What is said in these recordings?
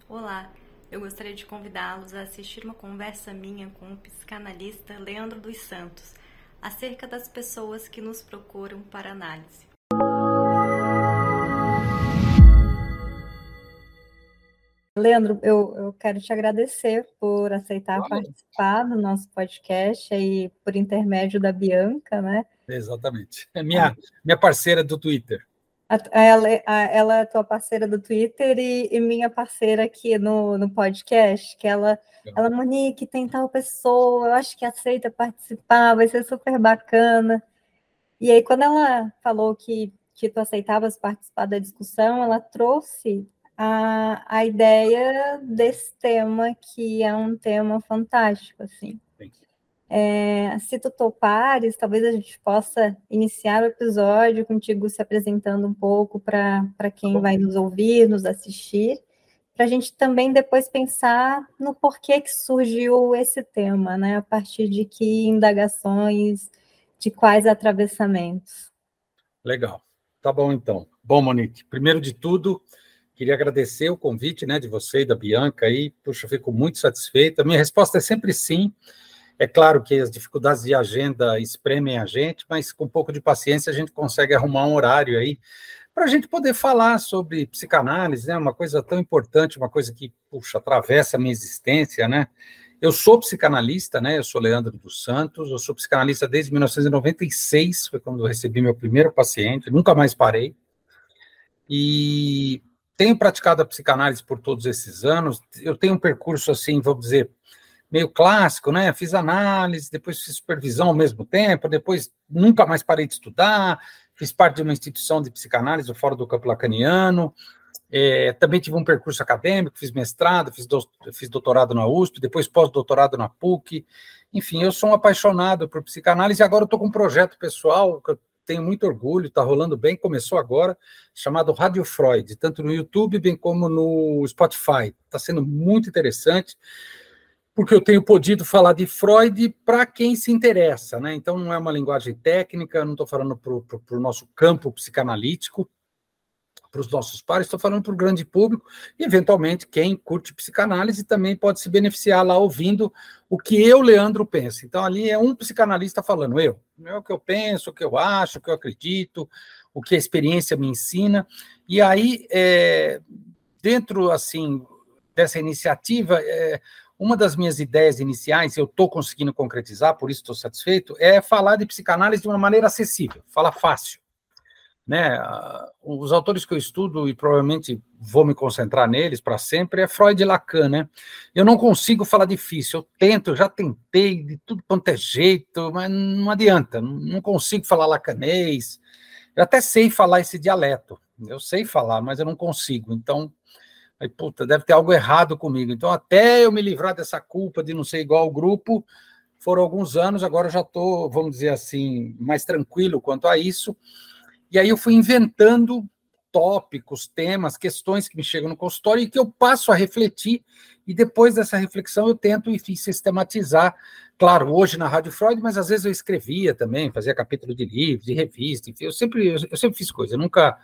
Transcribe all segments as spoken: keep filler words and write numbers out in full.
Olá, eu gostaria de convidá-los a assistir uma conversa minha com o psicanalista Leandro dos Santos, acerca das pessoas que nos procuram para análise. Leandro, eu, eu quero te agradecer por aceitar Claro. participar do nosso podcast aí por intermédio da Bianca, né? Exatamente. É minha, minha parceira do Twitter. A- Ela, a- ela é tua parceira do Twitter e, e minha parceira aqui no, no podcast, que ela, ela, Monique, tem tal pessoa, eu acho que aceita participar, vai ser super bacana. E aí, quando ela falou que, que tu aceitavas participar da discussão, ela trouxe a, a ideia desse tema, que é um tema fantástico, assim. É, se tu topares, talvez a gente possa iniciar o episódio contigo se apresentando um pouco para quem vai nos ouvir, nos assistir, para a gente também depois pensar no porquê que surgiu esse tema, né? A partir de que indagações, de quais atravessamentos. Legal. Tá bom, então. Bom, Monique, primeiro de tudo, queria agradecer o convite, né, de você e da Bianca aí. Puxa, eu fico muito satisfeito. A minha resposta é sempre sim. É claro que as dificuldades de agenda espremem a gente, mas com um pouco de paciência a gente consegue arrumar um horário aí para a gente poder falar sobre psicanálise, né? Uma coisa tão importante, uma coisa que, puxa, atravessa a minha existência, né? Eu sou psicanalista, né? Eu sou Leandro dos Santos, eu sou psicanalista desde mil novecentos e noventa e seis, foi quando eu recebi meu primeiro paciente, nunca mais parei. E tenho praticado a psicanálise por todos esses anos. Eu tenho um percurso, assim, vamos dizer, meio clássico, né? Fiz análise, depois fiz supervisão ao mesmo tempo, depois nunca mais parei de estudar, fiz parte de uma instituição de psicanálise fora do campo lacaniano, é, também tive um percurso acadêmico, fiz mestrado, fiz, do, fiz doutorado na U S P, depois pós-doutorado na P U C, enfim, eu sou um apaixonado por psicanálise e agora eu estou com um projeto pessoal que eu tenho muito orgulho, está rolando bem, começou agora, chamado Rádio Freud, tanto no YouTube bem como no Spotify, está sendo muito interessante, porque eu tenho podido falar de Freud para quem se interessa, né? Então não é uma linguagem técnica, não estou falando para o nosso campo psicanalítico, para os nossos pares, estou falando para o grande público, e eventualmente quem curte psicanálise também pode se beneficiar lá ouvindo o que eu, Leandro, penso. Então ali é um psicanalista falando, eu, é o que eu penso, o que eu acho, o que eu acredito, o que a experiência me ensina, e aí, é, dentro, assim, dessa iniciativa, é, uma das minhas ideias iniciais, eu estou conseguindo concretizar, por isso estou satisfeito, é falar de psicanálise de uma maneira acessível, falar fácil. Né? Os autores que eu estudo, e provavelmente vou me concentrar neles para sempre, é Freud e Lacan. Né? Eu não consigo falar difícil, eu tento, eu já tentei de tudo quanto é jeito, mas não adianta, não consigo falar lacanês, eu até sei falar esse dialeto, eu sei falar, mas eu não consigo, então... Aí, puta, deve ter algo errado comigo. Então, até eu me livrar dessa culpa de não ser igual ao grupo, foram alguns anos, agora eu já estou, vamos dizer assim, mais tranquilo quanto a isso. E aí eu fui inventando tópicos, temas, questões que me chegam no consultório e que eu passo a refletir, e depois dessa reflexão eu tento, enfim, sistematizar. Claro, hoje na Rádio Freud, mas às vezes eu escrevia também, fazia capítulo de livro, de revista, enfim, eu sempre, eu sempre fiz coisa, eu nunca...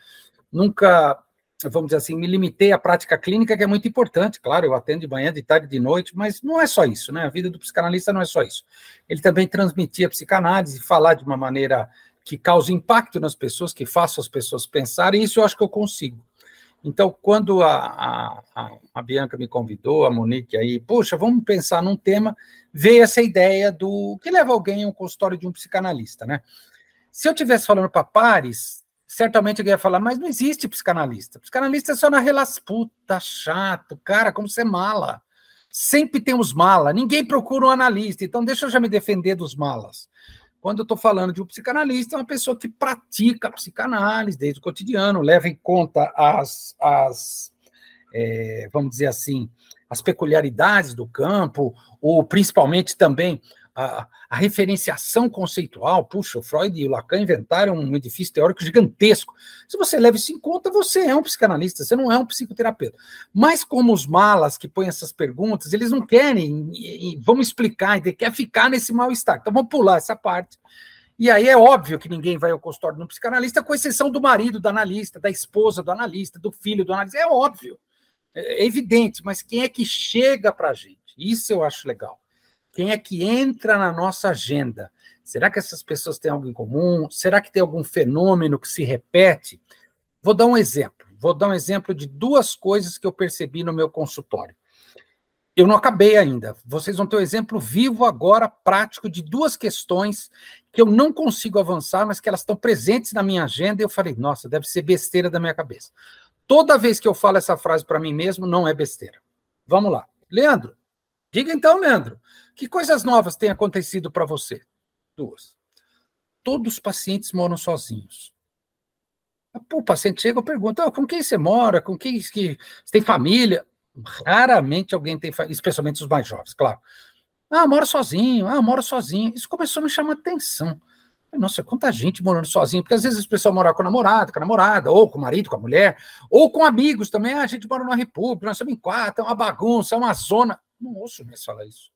nunca vamos dizer assim, me limitei à prática clínica, que é muito importante, claro, eu atendo de manhã, de tarde, de noite, mas não é só isso, né? A vida do psicanalista não é só isso. Ele também transmitia a psicanálise, falar de uma maneira que cause impacto nas pessoas, que faça as pessoas pensarem, e isso eu acho que eu consigo. Então, quando a, a, a Bianca me convidou, a Monique aí, puxa, vamos pensar num tema, veio essa ideia do que leva alguém a um consultório de um psicanalista, né? Se eu estivesse falando para pares, certamente eu ia falar, mas não existe psicanalista. Psicanalista é só na relação. Puta, chato, cara, como você é mala. Sempre tem os malas, ninguém procura um analista, então deixa eu já me defender dos malas. Quando eu estou falando de um psicanalista, é uma pessoa que pratica a psicanálise desde o cotidiano, leva em conta as, as é, vamos dizer assim, as peculiaridades do campo, ou principalmente também A, a referenciação conceitual. Puxa, o Freud e o Lacan inventaram um edifício teórico gigantesco. Se você leva isso em conta, você é um psicanalista, você não é um psicoterapeuta. Mas como os malas que põem essas perguntas, eles não querem, e, e, vamos explicar, e quer ficar nesse mal-estar. Então vamos pular essa parte. E aí é óbvio que ninguém vai ao consultório de um psicanalista, com exceção do marido do analista, da esposa do analista, do filho do analista, é óbvio. é evidente, mas quem é que chega para a gente? Isso eu acho legal. Quem é que entra na nossa agenda? Será que essas pessoas têm algo em comum? Será que tem algum fenômeno que se repete? Vou dar um exemplo. Vou dar um exemplo de duas coisas que eu percebi no meu consultório. Eu não acabei ainda. Vocês vão ter um exemplo vivo agora, prático, de duas questões que eu não consigo avançar, mas que elas estão presentes na minha agenda, e eu falei, nossa, deve ser besteira da minha cabeça. Toda vez que eu falo essa frase para mim mesmo, não é besteira. Vamos lá. Leandro, diga então, Leandro, que coisas novas têm acontecido para você? Duas. Todos os pacientes moram sozinhos. Pô, o paciente chega e pergunta, oh, com quem você mora? Com quem que você tem família? Raramente alguém tem família, especialmente os mais jovens, claro. Ah, mora sozinho, ah, mora sozinho. Isso começou a me chamar a atenção. Nossa, quanta gente morando sozinho, porque às vezes as pessoas moram com a namorada, com a namorada, ou com o marido, com a mulher, ou com amigos também. Ah, a gente mora numa república, nós somos em quatro, é uma bagunça, é uma zona. Não ouço mais falar isso.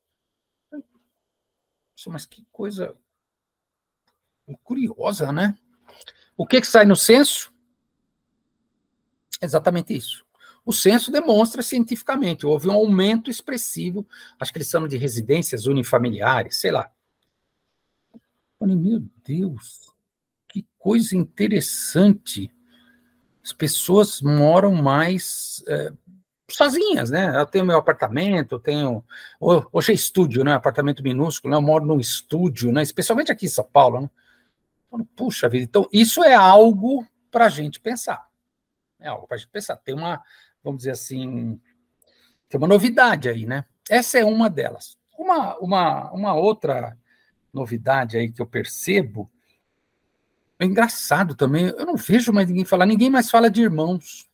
Mas que coisa curiosa, né? O que que sai no censo? Exatamente isso. O censo demonstra cientificamente, houve um aumento expressivo, acho que eles chamam de residências unifamiliares, sei lá. Falei, meu Deus, que coisa interessante. As pessoas moram mais é, sozinhas, né? Eu tenho meu apartamento, eu tenho... Hoje é estúdio, né? Apartamento minúsculo, né? Eu moro num estúdio, né? Especialmente aqui em São Paulo, né? Puxa vida, então isso é algo para a gente pensar. É algo para a gente pensar. Tem uma, vamos dizer assim, tem uma novidade aí, né? Essa é uma delas. Uma, uma, uma outra novidade aí que eu percebo, é engraçado também, eu não vejo mais ninguém falar, ninguém mais fala de irmãos.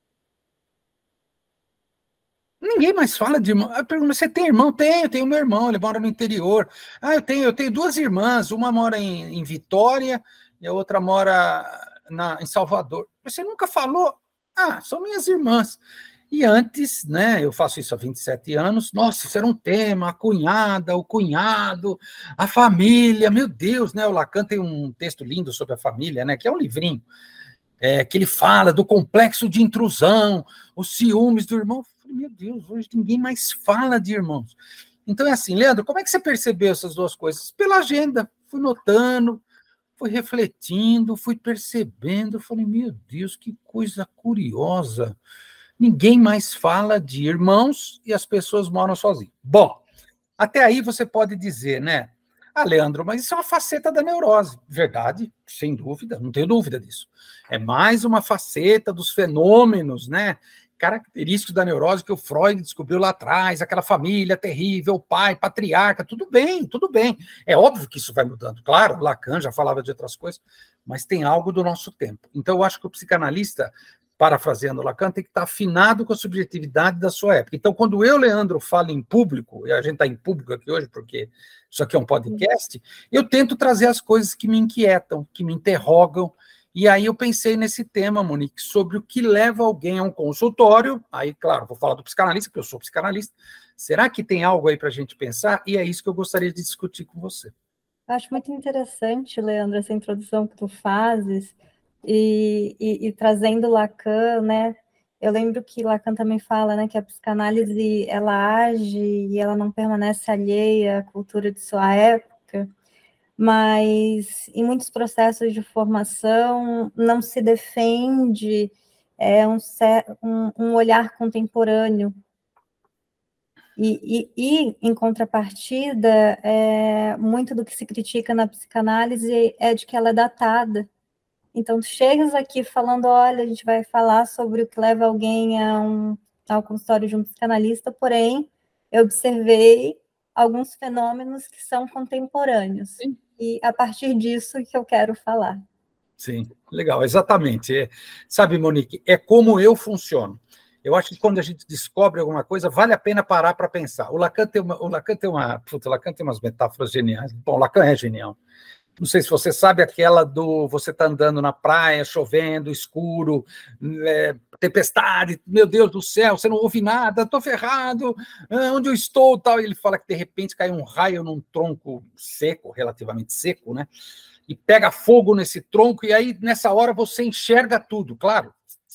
Ninguém mais fala de irmão. Eu pergunto, você tem irmão? Tenho, tenho meu irmão, ele mora no interior. Ah, eu tenho, eu tenho duas irmãs, uma mora em, em Vitória e a outra mora na, em Salvador. Você nunca falou? Ah, são minhas irmãs. E antes, né, eu faço isso há vinte e sete anos, nossa, isso era um tema, a cunhada, o cunhado, a família, meu Deus, né, o Lacan tem um texto lindo sobre a família, né, que é um livrinho, é, que ele fala do complexo de intrusão, os ciúmes do irmão. Meu Deus, hoje ninguém mais fala de irmãos. Então é assim, Leandro, como é que você percebeu essas duas coisas? Pela agenda, fui notando, fui refletindo, fui percebendo, falei, meu Deus, que coisa curiosa. Ninguém mais fala de irmãos e as pessoas moram sozinhas. Bom, até aí você pode dizer, né? Ah, Leandro, mas isso é uma faceta da neurose. Verdade, sem dúvida, não tenho dúvida disso. É mais uma faceta dos fenômenos, né, característicos da neurose que o Freud descobriu lá atrás, aquela família terrível, o pai, patriarca, tudo bem, tudo bem. É óbvio que isso vai mudando. Claro, Lacan já falava de outras coisas, mas tem algo do nosso tempo. Então, eu acho que o psicanalista, parafraseando Lacan, tem que estar afinado com a subjetividade da sua época. Então, quando eu, Leandro, falo em público, e a gente está em público aqui hoje, porque isso aqui é um podcast, eu tento trazer as coisas que me inquietam, que me interrogam, e aí eu pensei nesse tema, Monique, sobre o que leva alguém a um consultório, aí, claro, vou falar do psicanalista, porque eu sou psicanalista, será que tem algo aí para a gente pensar? E é isso que eu gostaria de discutir com você. Eu acho muito interessante, Leandro, essa introdução que tu fazes, e, e, e trazendo Lacan, né? Eu lembro que Lacan também fala, né, que a psicanálise, ela age e ela não permanece alheia à cultura de sua época, mas em muitos processos de formação não se defende é, um, um, um olhar contemporâneo. E, e, e, em contrapartida, é, muito do que se critica na psicanálise é de que ela é datada. Então, tu chegas aqui falando, olha, a gente vai falar sobre o que leva alguém a um, ao consultório de um psicanalista, porém, eu observei alguns fenômenos que são contemporâneos. Sim. E a partir disso que eu quero falar. Sim, legal, exatamente. É, sabe, Monique, é como eu funciono. Eu acho que quando a gente descobre alguma coisa, vale a pena parar para pensar. O Lacan tem uma, o Lacan tem uma, puta, o Lacan tem umas metáforas geniais. Bom, o Lacan é genial. Não sei se você sabe aquela do você tá andando na praia, chovendo, escuro, é, tempestade, meu Deus do céu, você não ouve nada, estou ferrado, onde eu estou, tal. E ele fala que de repente cai um raio num tronco seco, relativamente seco, né? E pega fogo nesse tronco, e aí nessa hora você enxerga tudo, claro.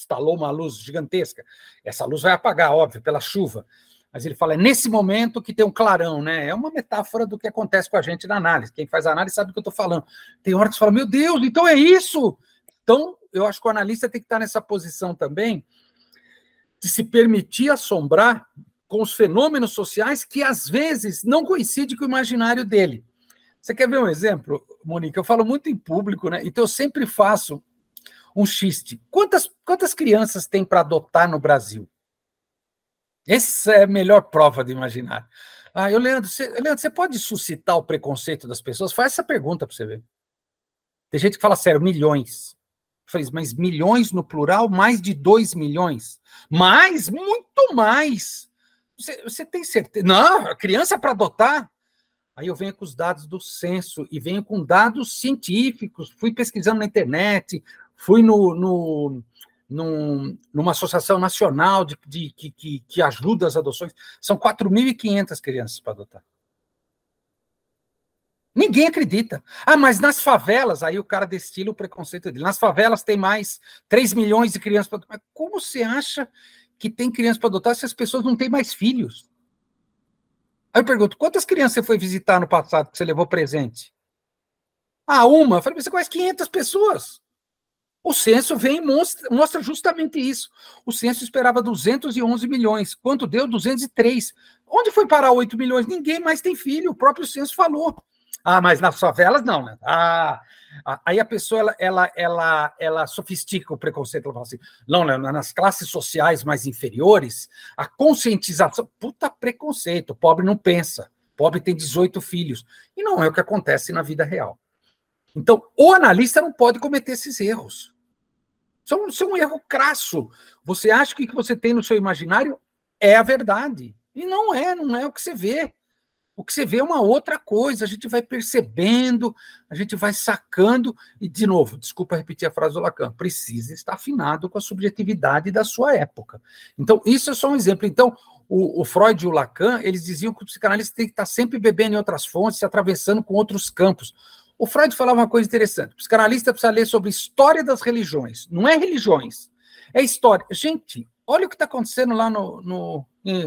instalou uma luz gigantesca. Essa luz vai apagar, óbvio, pela chuva. Mas ele fala, é nesse momento que tem um clarão, né? É uma metáfora do que acontece com a gente na análise. Quem faz análise sabe do que eu estou falando. Tem hora que você fala, meu Deus, então é isso? Então, eu acho que o analista tem que estar nessa posição também de se permitir assombrar com os fenômenos sociais que, às vezes, não coincidem com o imaginário dele. Você quer ver um exemplo, Monique? Eu falo muito em público, né? Então, eu sempre faço um xiste. Quantas, quantas crianças tem para adotar no Brasil? Essa é a melhor prova do imaginário. Ah, eu, Leandro, você, Leandro, você pode suscitar o preconceito das pessoas? Faz essa pergunta para você ver. Tem gente que fala sério, milhões. Eu falei, mas milhões no plural, mais de dois milhões? Mais? Muito mais. Você, você tem certeza? Não, a criança para adotar. Aí eu venho com os dados do censo e venho com dados científicos. Fui pesquisando na internet, fui no... no Num, numa associação nacional de, de, que, que, que ajuda as adoções, são quatro mil e quinhentas crianças para adotar. Ninguém acredita. Ah, mas nas favelas, aí o cara destila o preconceito dele. Nas favelas tem mais três milhões de crianças para adotar. Mas como você acha que tem crianças para adotar se as pessoas não têm mais filhos? Aí eu pergunto, quantas crianças você foi visitar no passado que você levou presente? Ah, uma. Eu falei, mas você conhece quinhentas pessoas. O censo vem e mostra, mostra justamente isso. O censo esperava duzentos e onze milhões. Quanto deu? duzentos e três. Onde foi parar oito milhões? Ninguém mais tem filho. O próprio censo falou. Ah, mas nas favelas não, né? Ah, aí a pessoa, ela, ela, ela, ela sofistica o preconceito. Ela fala assim, não, né? Nas classes sociais mais inferiores, a conscientização... Puta preconceito. O pobre não pensa. O pobre tem dezoito filhos. E não é o que acontece na vida real. Então, o analista não pode cometer esses erros. Isso é um, isso é um erro crasso. Você acha que o que você tem no seu imaginário é a verdade. E não é, não é o que você vê. O que você vê é uma outra coisa. A gente vai percebendo, a gente vai sacando. E, de novo, desculpa repetir a frase do Lacan, precisa estar afinado com a subjetividade da sua época. Então, isso é só um exemplo. Então, o, o Freud e o Lacan, eles diziam que o psicanalista tem que estar sempre bebendo em outras fontes, se atravessando com outros campos. O Freud falava uma coisa interessante. O psicanalista precisa ler sobre história das religiões. Não é religiões, é história. Gente, olha o que está acontecendo lá no, no,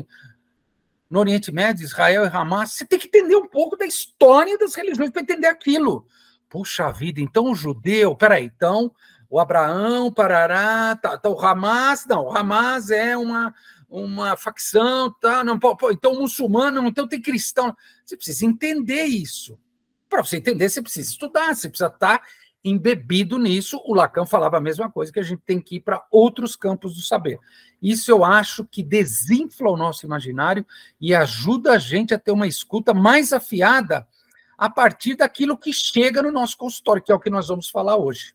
no Oriente Médio, Israel e Hamas. Você tem que entender um pouco da história das religiões para entender aquilo. Puxa vida, então o judeu... Peraí, então o Abraão, Parará... Tá, tá, o Hamas... Não, o Hamas é uma, uma facção... Tá, não, pô, então o muçulmano... Não, então tem cristão... Você precisa entender isso. Para você entender, você precisa estudar, você precisa estar embebido nisso. O Lacan falava a mesma coisa, que a gente tem que ir para outros campos do saber. Isso eu acho que desinfla o nosso imaginário e ajuda a gente a ter uma escuta mais afiada a partir daquilo que chega no nosso consultório, que é o que nós vamos falar hoje.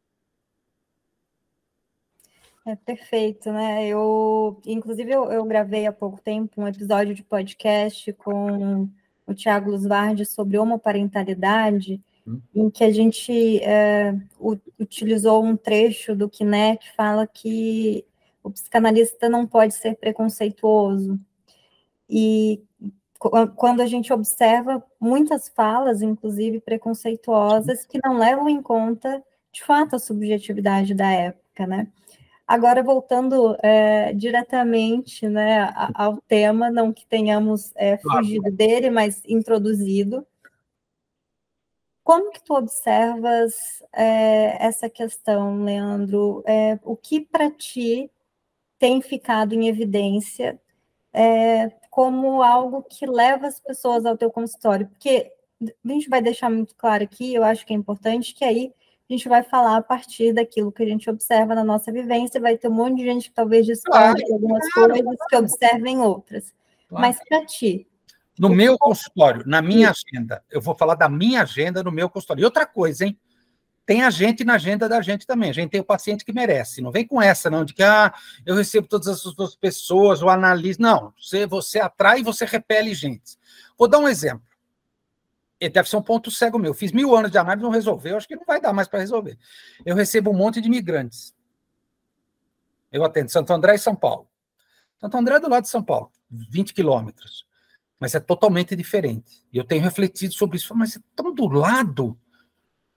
É perfeito, né? Eu, inclusive, eu, eu gravei há pouco tempo um episódio de podcast com o Thiago Luzvardi sobre homoparentalidade, hum. em que a gente é, o, utilizou um trecho do Quiné que fala que o psicanalista não pode ser preconceituoso. E quando a gente observa muitas falas, inclusive preconceituosas, que não levam em conta, de fato, a subjetividade da época, né? Agora, voltando é, diretamente, né, ao tema, não que tenhamos é, fugido claro. dele, mas introduzido, como que tu observas é, essa questão, Leandro? É, o que para ti tem ficado em evidência é, como algo que leva as pessoas ao teu consultório? Porque a gente vai deixar muito claro aqui, eu acho que é importante, que aí a gente vai falar a partir daquilo que a gente observa na nossa vivência, vai ter um monte de gente que talvez discorde de algumas claro, coisas, claro. que observem outras. Claro. Mas para ti... No meu que... consultório, na minha Sim. agenda, eu vou falar da minha agenda no meu consultório. E outra coisa, hein? Tem a gente na agenda da gente também. A gente tem o paciente que merece. Não vem com essa, não, de que ah, eu recebo todas as outras pessoas, o analiso. Não, você, você atrai e você repele gente. Vou dar um exemplo. Ele deve ser um ponto cego meu. Fiz mil anos de análise, não resolveu. Acho que não vai dar mais para resolver. Eu recebo um monte de imigrantes. Eu atendo Santo André e São Paulo. Santo André é do lado de São Paulo, vinte quilômetros. Mas é totalmente diferente. E eu tenho refletido sobre isso. Mas é tão do lado.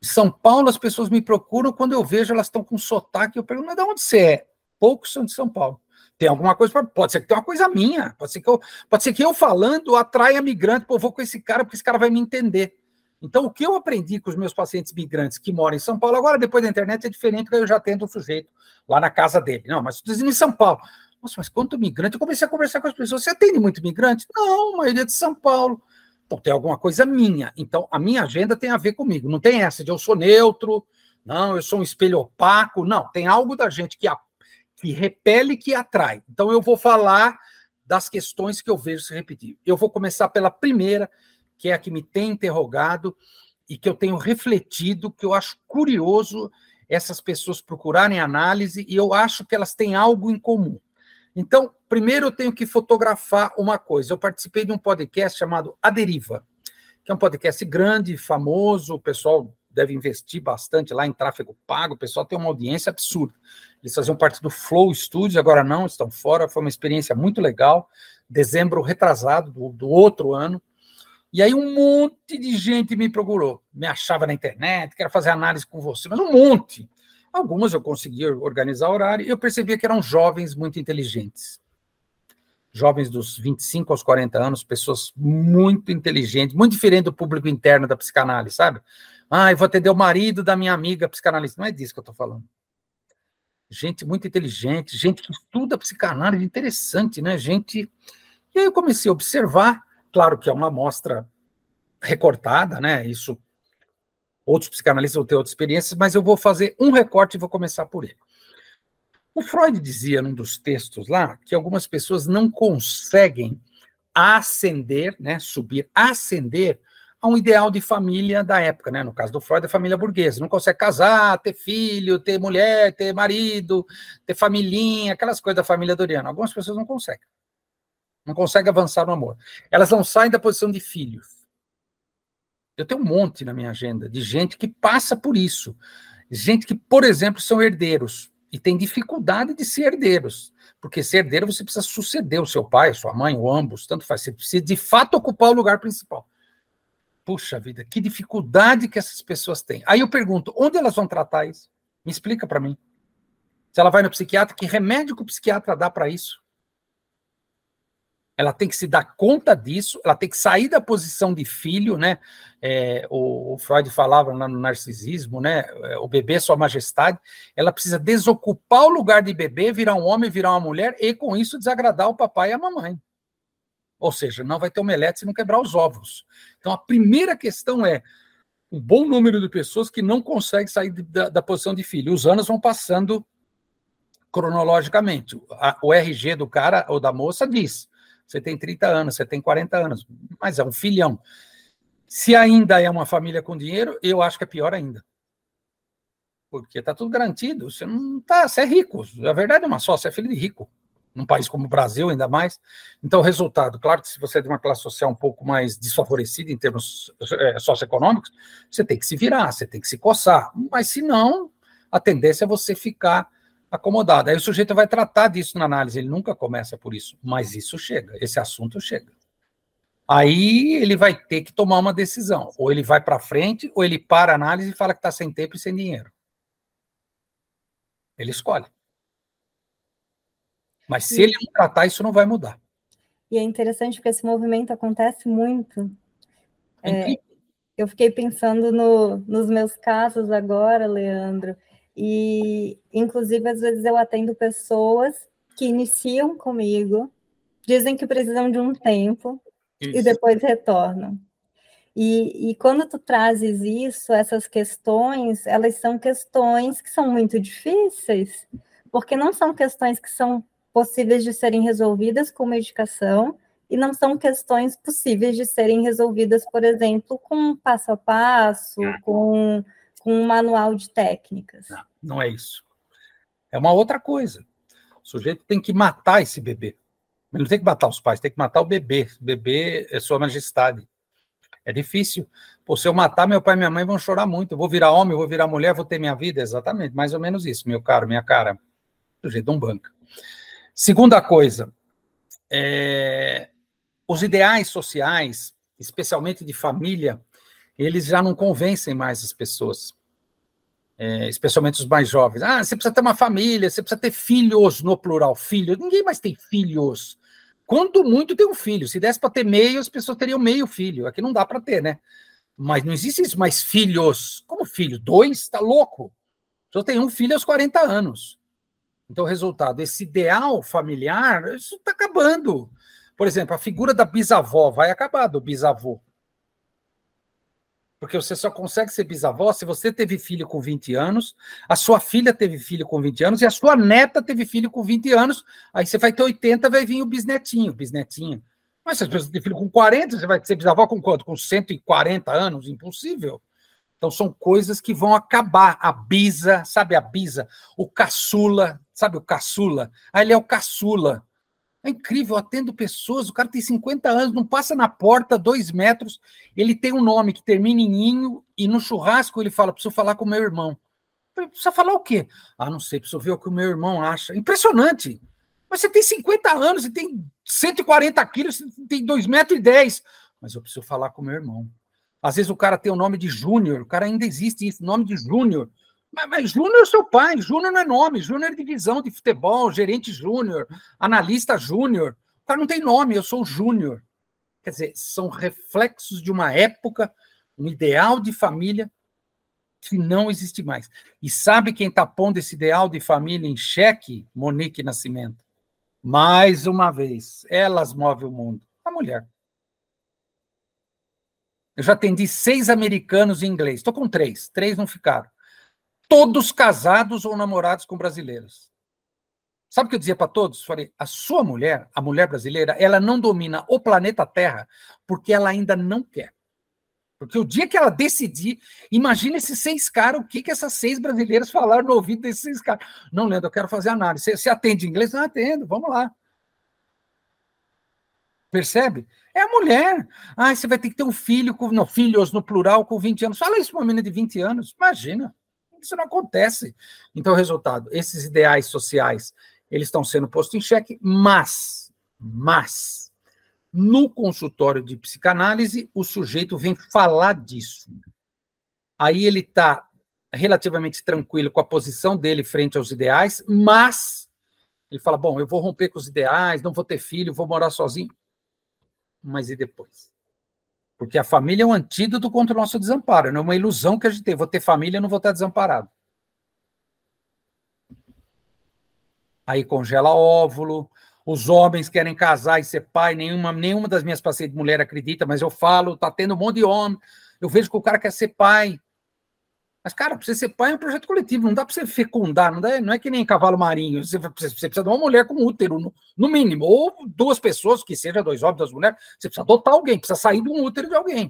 São Paulo, as pessoas me procuram, quando eu vejo, elas estão com sotaque, eu pergunto, mas de onde você é? Poucos são de São Paulo. Tem alguma coisa, pra... pode ser que tenha uma coisa minha, pode ser que eu, pode ser que eu falando atraia migrante, pô, eu vou com esse cara, porque esse cara vai me entender. Então, o que eu aprendi com os meus pacientes migrantes que moram em São Paulo, agora, depois da internet, é diferente, porque eu já atendo o sujeito lá na casa dele. Não, mas estou dizendo em São Paulo. Nossa, mas quanto migrante? Eu comecei a conversar com as pessoas. Você atende muito migrante? Não, a maioria é de São Paulo. Então, tem alguma coisa minha. Então, a minha agenda tem a ver comigo. Não tem essa de eu sou neutro, não, eu sou um espelho opaco. Não, tem algo da gente que, a, que repele e que atrai. Então, eu vou falar das questões que eu vejo se repetir. Eu vou começar pela primeira, que é a que me tem interrogado e que eu tenho refletido, que eu acho curioso essas pessoas procurarem análise, e eu acho que elas têm algo em comum. Então, primeiro eu tenho que fotografar uma coisa. Eu participei de um podcast chamado A Deriva, que é um podcast grande, famoso, o pessoal deve investir bastante lá em tráfego pago, o pessoal tem uma audiência absurda. Eles faziam parte do Flow Studios, agora não, estão fora, foi uma experiência muito legal, dezembro retrasado do, do outro ano. E aí um monte de gente me procurou, me achava na internet, quero fazer análise com você, mas um monte. Algumas eu conseguia organizar horário, e eu percebia que eram jovens muito inteligentes. Jovens dos vinte e cinco aos quarenta anos, pessoas muito inteligentes, muito diferente do público interno da psicanálise, sabe? Ah, eu vou atender o marido da minha amiga psicanalista. Não é disso que eu estou falando. Gente muito inteligente, gente que estuda psicanálise, interessante, né? Gente... E aí eu comecei a observar, claro que é uma amostra recortada, né? Isso... Outros psicanalistas vão ter outras experiências, mas eu vou fazer um recorte e vou começar por ele. O Freud dizia, num dos textos lá, que algumas pessoas não conseguem ascender, né, subir, ascender a um ideal de família da época, né? No caso do Freud, a família burguesa. Não consegue casar, ter filho, ter mulher, ter marido, ter familhinha, aquelas coisas da família doriana. Algumas pessoas não conseguem. Não conseguem avançar no amor. Elas não saem da posição de filhos. Eu tenho um monte na minha agenda de gente que passa por isso. Gente que, por exemplo, são herdeiros e tem dificuldade de ser herdeiros. Porque ser herdeiro você precisa suceder o seu pai, sua mãe, ou ambos, tanto faz. Você precisa, de fato, ocupar o lugar principal. Puxa vida, que dificuldade que essas pessoas têm. Aí eu pergunto, onde elas vão tratar isso? Me explica para mim. Se ela vai no psiquiatra, que remédio que o psiquiatra dá para isso? Ela tem que se dar conta disso, ela tem que sair da posição de filho, né? É, o, o Freud falava lá no narcisismo, né? O bebê é sua majestade. Ela precisa desocupar o lugar de bebê, virar um homem, virar uma mulher, e com isso desagradar o papai e a mamãe. Ou seja, não vai ter omelete se não quebrar os ovos. Então, a primeira questão é um bom número de pessoas que não conseguem sair da, da posição de filho. Os anos vão passando cronologicamente. A, o R G do cara ou da moça diz... Você tem trinta anos, você tem quarenta anos, mas é um filhão. Se ainda é uma família com dinheiro, eu acho que é pior ainda. Porque está tudo garantido. Você não tá, você é rico. A verdade é uma só, você é filho de rico. Num país como o Brasil, ainda mais. Então, o resultado, claro que se você é de uma classe social um pouco mais desfavorecida em termos é, socioeconômicos, você tem que se virar, você tem que se coçar. Mas, se não, a tendência é você ficar acomodado. Aí o sujeito vai tratar disso na análise, ele nunca começa por isso, mas isso chega, esse assunto chega. Aí ele vai ter que tomar uma decisão, ou ele vai para frente, ou ele para a análise e fala que está sem tempo e sem dinheiro. Ele escolhe. Mas se ele não tratar, isso não vai mudar. E é interessante porque esse movimento acontece muito. É, eu fiquei pensando no, nos meus casos agora, Leandro, e, inclusive, às vezes eu atendo pessoas que iniciam comigo, dizem que precisam de um tempo isso. E depois retornam. E, e quando tu trazes isso, essas questões, elas são questões que são muito difíceis, porque não são questões que são possíveis de serem resolvidas com medicação, e não são questões possíveis de serem resolvidas, por exemplo, com passo a passo, com... com um manual de técnicas. Não, não é isso. É uma outra coisa. O sujeito tem que matar esse bebê. Ele não tem que matar os pais, tem que matar o bebê. O bebê é sua majestade. É difícil. Pô, se eu matar, meu pai e minha mãe vão chorar muito. Eu vou virar homem, eu vou virar mulher, vou ter minha vida. Exatamente, mais ou menos isso, meu caro, minha cara. O sujeito não banca. Segunda coisa, é... os ideais sociais, especialmente de família, eles já não convencem mais as pessoas. é, especialmente os mais jovens. Ah, você precisa ter uma família, você precisa ter filhos, no plural, filhos. Ninguém mais tem filhos. Quando muito tem um filho. Se desse para ter meio, as pessoas teriam meio filho. Aqui não dá para ter, né? Mas não existe isso, mais filhos. Como filho? Dois? Tá louco? Só tem um filho aos quarenta anos. Então, o resultado, esse ideal familiar, isso está acabando. Por exemplo, a figura da bisavó vai acabar, do bisavô. Porque você só consegue ser bisavó se você teve filho com vinte anos, a sua filha teve filho com vinte anos e a sua neta teve filho com vinte anos. Aí você vai ter oitenta, vai vir o bisnetinho, bisnetinho. Mas se as pessoas têm filho com quarenta, você vai ser bisavó com quanto? Com cento e quarenta anos? Impossível. Então, são coisas que vão acabar. A bisa, sabe a bisa? O caçula, sabe o caçula? Aí ele é o caçula. É incrível, eu atendo pessoas, o cara tem cinquenta anos, não passa na porta, dois metros, ele tem um nome que termina em inho, e no churrasco ele fala, preciso falar com o meu irmão. Precisa falar o quê? Ah, não sei, preciso ver o que o meu irmão acha. Impressionante. Mas você tem cinquenta anos, você tem cento e quarenta quilos, você tem dois metros e dez. Mas eu preciso falar com o meu irmão. Às vezes o cara tem o nome de Júnior, o cara ainda existe isso, nome de Júnior. Mas, mas Júnior é seu pai, Júnior não é nome, Júnior é divisão de futebol, gerente Júnior, analista Júnior. O cara não tem nome, eu sou o Júnior. Quer dizer, são reflexos de uma época, um ideal de família que não existe mais. E sabe quem está pondo esse ideal de família em xeque? Monique Nascimento. Mais uma vez, elas movem o mundo. A mulher. Eu já atendi seis americanos em inglês. Estou com três. Três não ficaram. Todos casados ou namorados com brasileiras. Sabe o que eu dizia para todos? Falei, a sua mulher, a mulher brasileira, ela não domina o planeta Terra porque ela ainda não quer. Porque o dia que ela decidir, imagina esses seis caras, o que, que essas seis brasileiras falaram no ouvido desses seis caras. Não, Leandro, eu quero fazer análise. Você, você atende inglês? Não, atendo, vamos lá. Percebe? É a mulher. Ah, você vai ter que ter um filho, com, não, filhos no plural, com vinte anos. Fala isso para uma menina de vinte anos. Imagina. Isso não acontece. Então, o resultado, esses ideais sociais, eles estão sendo postos em xeque, mas, mas, no consultório de psicanálise, o sujeito vem falar disso. Aí ele está relativamente tranquilo com a posição dele frente aos ideais, mas ele fala, bom, eu vou romper com os ideais, não vou ter filho, vou morar sozinho. Mas e depois? Porque a família é um antídoto contra o nosso desamparo, não é uma ilusão que a gente tem. Vou ter família, não vou estar desamparado. Aí congela óvulo, os homens querem casar e ser pai, nenhuma, nenhuma das minhas pacientes mulher acredita, mas eu falo, tá tendo um monte de homem, eu vejo que o cara quer ser pai. Mas, cara, para você ser pai é um projeto coletivo, não dá para você fecundar, não, dá, não é que nem cavalo marinho, você, você precisa de uma mulher com útero, no, no mínimo, ou duas pessoas, que seja dois homens, duas mulheres, você precisa adotar alguém, precisa sair de um útero de alguém.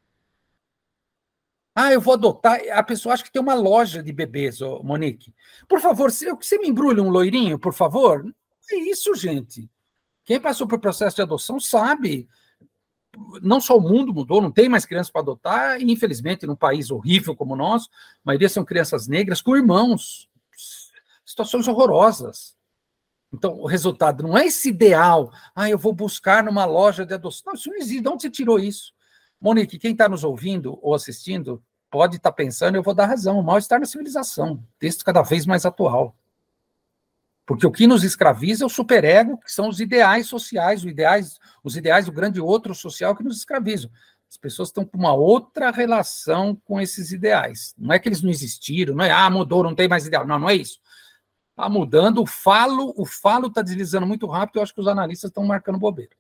Ah, eu vou adotar, a pessoa acha que tem uma loja de bebês, oh, Monique. Por favor, você, você me embrulha um loirinho, por favor? Não é isso, gente. Quem passou por processo de adoção sabe. Não só o mundo mudou, não tem mais crianças para adotar, e infelizmente, num país horrível como o nosso, a maioria são crianças negras com irmãos. Situações horrorosas. Então, o resultado não é esse ideal, ah, eu vou buscar numa loja de adoção. Não, isso não existe. De onde você tirou isso? Monique, quem está nos ouvindo ou assistindo, pode estar tá pensando, eu vou dar razão, o mal-estar na civilização, texto cada vez mais atual. Porque o que nos escraviza é o superego, que são os ideais sociais, os ideais, os ideais do grande outro social que nos escravizam. As pessoas estão com uma outra relação com esses ideais. Não é que eles não existiram, não é, ah, mudou, não tem mais ideal. Não, não é isso. Está mudando, o falo o falo está deslizando muito rápido, eu acho que os analistas estão marcando bobeira.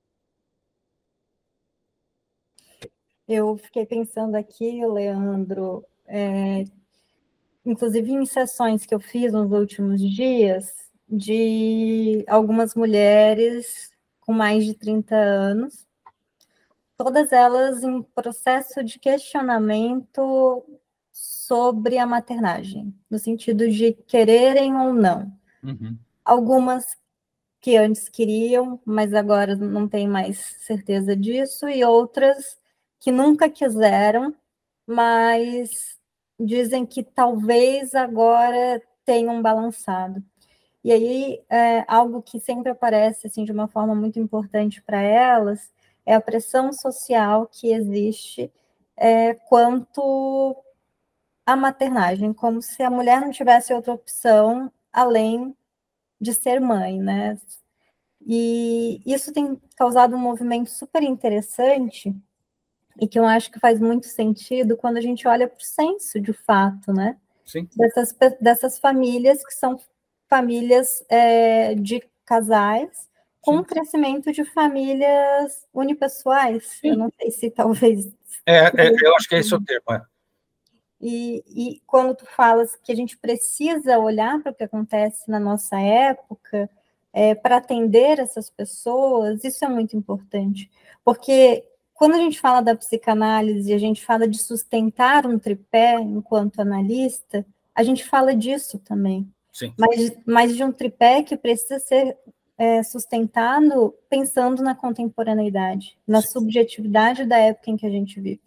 Eu fiquei pensando aqui, Leandro, é, inclusive em sessões que eu fiz nos últimos dias, de algumas mulheres com mais de trinta anos, todas elas em processo de questionamento sobre a maternagem, no sentido de quererem ou não. Uhum. Algumas que antes queriam, mas agora não têm mais certeza disso, e outras que nunca quiseram, mas dizem que talvez agora tenham balançado. E aí, é, algo que sempre aparece assim, de uma forma muito importante para elas é a pressão social que existe é, quanto a maternagem, como se a mulher não tivesse outra opção além de ser mãe, né? E isso tem causado um movimento super interessante e que eu acho que faz muito sentido quando a gente olha para o censo de fato, né? Sim. Dessas, dessas famílias que são famílias é, de casais com um crescimento de famílias unipessoais. Sim. Eu não sei se talvez... É, é, eu acho que esse é o termo, é. E, e quando tu falas que a gente precisa olhar para o que acontece na nossa época, é, para atender essas pessoas, isso é muito importante. Porque quando a gente fala da psicanálise, a gente fala de sustentar um tripé enquanto analista, a gente fala disso também. Sim. Mas, mas de um tripé que precisa ser é, sustentado pensando na contemporaneidade, na Sim. subjetividade da época em que a gente vive.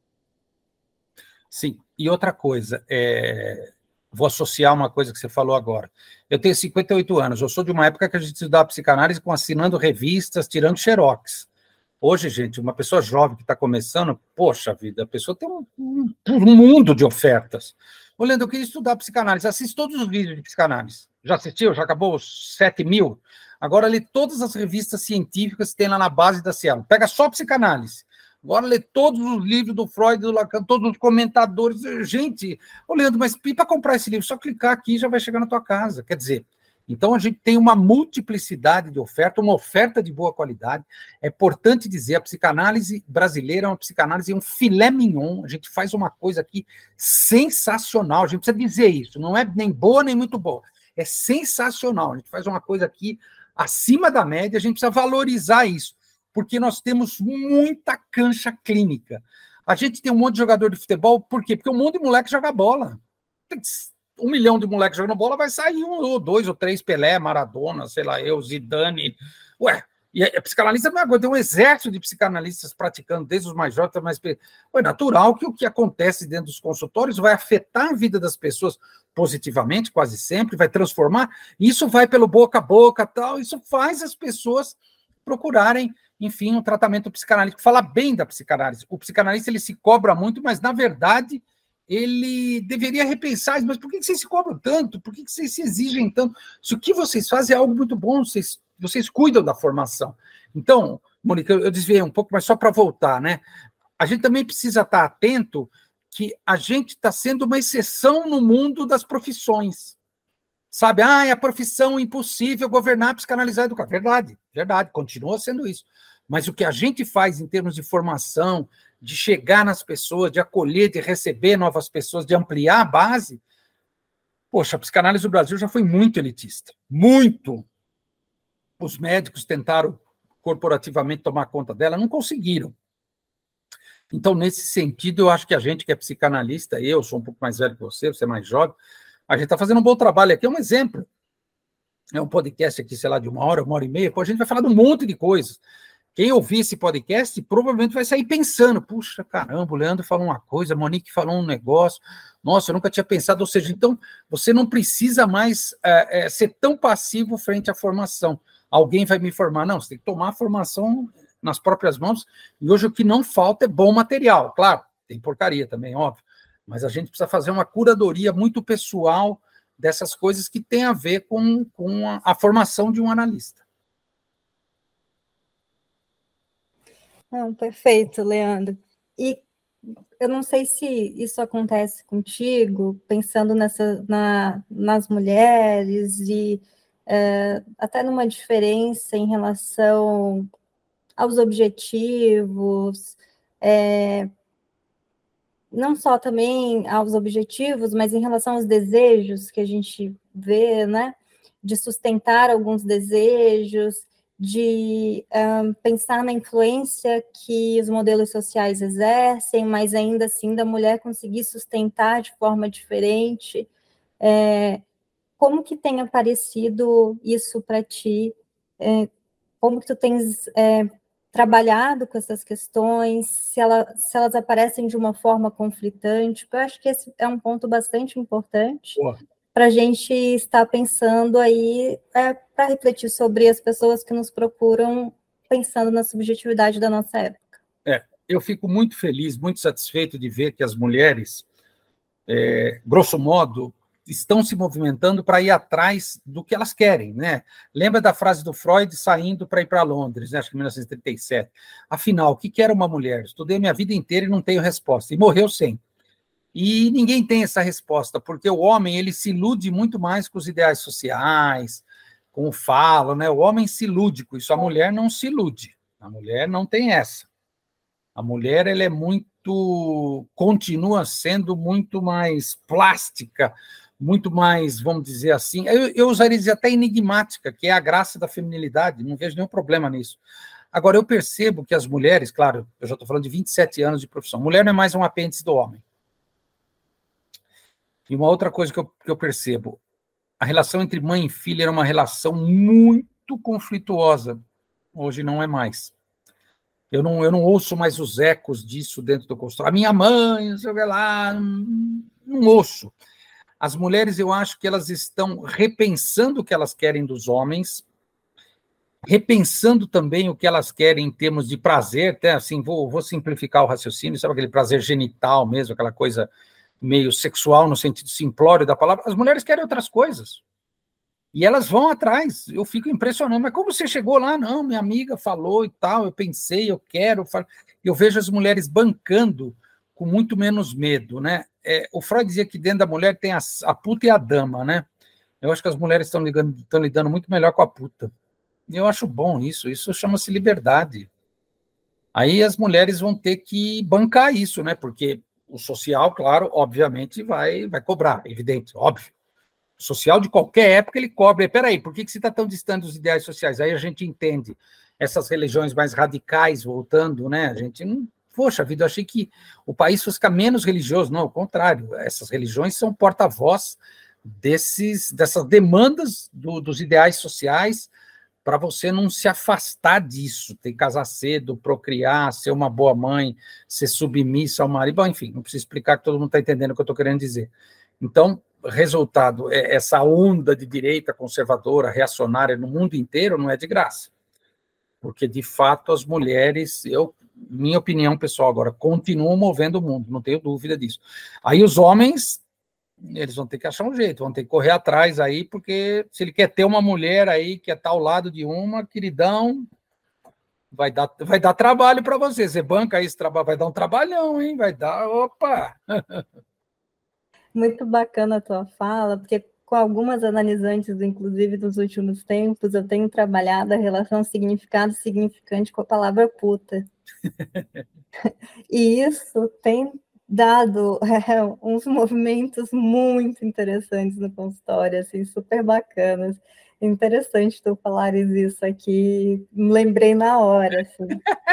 Sim, e outra coisa, é... vou associar uma coisa que você falou agora. Eu tenho cinquenta e oito anos, eu sou de uma época que a gente estudava psicanálise com assinando revistas, tirando xerox. Hoje, gente, uma pessoa jovem que está começando, poxa vida, a pessoa tem um, um, um mundo de ofertas. Olhando, eu queria estudar psicanálise, assisto todos os vídeos de psicanálise. Já assistiu? Já acabou os sete mil? Agora lê todas as revistas científicas que tem lá na base da Cielo. Pega só psicanálise. Agora lê todos os livros do Freud, do Lacan, todos os comentadores. Gente, ô Leandro, mas para comprar esse livro, só clicar aqui já vai chegar na tua casa. Quer dizer, então a gente tem uma multiplicidade de oferta, uma oferta de boa qualidade. É importante dizer, a psicanálise brasileira é uma psicanálise, um filé mignon. A gente faz uma coisa aqui sensacional. A gente precisa dizer isso. Não é nem boa, nem muito boa. É sensacional. A gente faz uma coisa aqui acima da média. A gente precisa valorizar isso, porque nós temos muita cancha clínica. A gente tem um monte de jogador de futebol, por quê? Porque um monte de moleque joga bola. Um milhão de moleques jogando bola, vai sair um ou dois ou três, Pelé, Maradona, sei lá, eu, Zidane. Ué, e a psicanalista não é agora, tem um exército de psicanalistas praticando, desde os mais jovens, mais... É natural que o que acontece dentro dos consultórios vai afetar a vida das pessoas positivamente, quase sempre, vai transformar, isso vai pelo boca a boca, tal, isso faz as pessoas procurarem, enfim, um tratamento psicanalítico. Falar bem da psicanálise. O psicanalista, ele se cobra muito, mas, na verdade, ele deveria repensar, mas por que vocês se cobram tanto? Por que vocês se exigem tanto? Se o que vocês fazem é algo muito bom, vocês, vocês cuidam da formação. Então, Mônica, eu desviei um pouco, mas só para voltar, né? A gente também precisa estar atento que a gente está sendo uma exceção no mundo das profissões. Sabe, ah, é a profissão impossível governar, psicanalizar, educar. Verdade, verdade, continua sendo isso. Mas o que a gente faz em termos de formação, de chegar nas pessoas, de acolher, de receber novas pessoas, de ampliar a base, poxa, a psicanálise do Brasil já foi muito elitista, muito. Os médicos tentaram corporativamente tomar conta dela, não conseguiram. Então, nesse sentido, eu acho que a gente que é psicanalista, eu sou um pouco mais velho que você, você é mais jovem, a gente está fazendo um bom trabalho aqui, é um exemplo. É um podcast aqui, sei lá, de uma hora, uma hora e meia, pô, a gente vai falar de um monte de coisas. Quem ouvir esse podcast provavelmente vai sair pensando, puxa, caramba, o Leandro falou uma coisa, a Monique falou um negócio, nossa, eu nunca tinha pensado, ou seja, então, você não precisa mais é, é, ser tão passivo frente à formação. Alguém vai me formar, não, você tem que tomar a formação nas próprias mãos, e hoje o que não falta é bom material, claro, tem porcaria também, óbvio, mas a gente precisa fazer uma curadoria muito pessoal dessas coisas que tem a ver com, com a, a formação de um analista. Não, perfeito, Leandro. E eu não sei se isso acontece contigo, pensando nessa, na, nas mulheres e é, até numa diferença em relação aos objetivos, é, não só também aos objetivos, mas em relação aos desejos que a gente vê, né? De sustentar alguns desejos, de um, pensar na influência que os modelos sociais exercem, mas ainda assim da mulher conseguir sustentar de forma diferente. É, como que tem aparecido isso para ti? É, como que tu tens é, trabalhado com essas questões? Se, ela, se elas aparecem de uma forma conflitante? Eu acho que esse é um ponto bastante importante. Boa. Para a gente estar pensando aí, é, para refletir sobre as pessoas que nos procuram, pensando na subjetividade da nossa época. É, eu fico muito feliz, muito satisfeito de ver que as mulheres é, grosso modo, estão se movimentando para ir atrás do que elas querem, né? Lembra da frase do Freud saindo para ir para Londres, né? Acho que em mil novecentos e trinta e sete. Afinal, o que que era uma mulher? Estudei a minha vida inteira e não tenho resposta. E morreu sem. E ninguém tem essa resposta, porque o homem ele se ilude muito mais com os ideais sociais, com o falo, né? O homem se ilude com isso, a mulher não se ilude. A mulher não tem essa. A mulher ela é muito, continua sendo muito mais plástica, muito mais, vamos dizer assim, eu, eu usaria dizer até enigmática, que é a graça da feminilidade, não vejo nenhum problema nisso. Agora, eu percebo que as mulheres, claro, eu já estou falando de vinte e sete anos de profissão, mulher não é mais um apêndice do homem. E uma outra coisa que eu, que eu percebo, a relação entre mãe e filha era uma relação muito conflituosa, hoje não é mais. Eu não, eu não ouço mais os ecos disso dentro do consultório. A minha mãe, não sei o que lá, não, não ouço. As mulheres, eu acho que elas estão repensando o que elas querem dos homens, repensando também o que elas querem em termos de prazer, até assim, vou, vou simplificar o raciocínio, sabe aquele prazer genital mesmo, aquela coisa meio sexual no sentido simplório da palavra. As mulheres querem outras coisas. E elas vão atrás, eu fico impressionado, mas como você chegou lá? Não, minha amiga falou e tal, eu pensei, eu quero, eu vejo as mulheres bancando com muito menos medo, né? É, o Freud dizia que dentro da mulher tem a, a puta e a dama, né? Eu acho que as mulheres estão lidando, estão lidando muito melhor com a puta. E eu acho bom isso, isso chama-se liberdade. Aí as mulheres vão ter que bancar isso, né? Porque o social, claro, obviamente vai, vai cobrar, evidente, óbvio. O social de qualquer época ele cobra. Peraí, por que, que você está tão distante dos ideais sociais? Aí a gente entende essas religiões mais radicais voltando, né? A gente não... Poxa vida, eu achei que o país fosse ficar menos religioso. Não, ao contrário, essas religiões são porta-voz desses, dessas demandas do, dos ideais sociais para você não se afastar disso, ter que casar cedo, procriar, ser uma boa mãe, ser submissa ao marido, bom, enfim, não preciso explicar que todo mundo está entendendo o que eu estou querendo dizer. Então, resultado, essa onda de direita conservadora, reacionária no mundo inteiro não é de graça, porque, de fato, as mulheres, eu, minha opinião pessoal agora, continuam movendo o mundo, não tenho dúvida disso. Aí os homens, eles vão ter que achar um jeito, vão ter que correr atrás aí, porque se ele quer ter uma mulher aí que está ao lado de uma, queridão, vai dar, vai dar trabalho para você, você banca esse trabalho, vai dar um trabalhão, hein? Vai dar, opa! Muito bacana a tua fala, porque com algumas analisantes, inclusive dos últimos tempos, eu tenho trabalhado a relação significado-significante com a palavra puta. E isso tem dado é, uns movimentos muito interessantes no consultório, assim, super bacanas. Interessante tu falares isso aqui, me lembrei na hora, assim.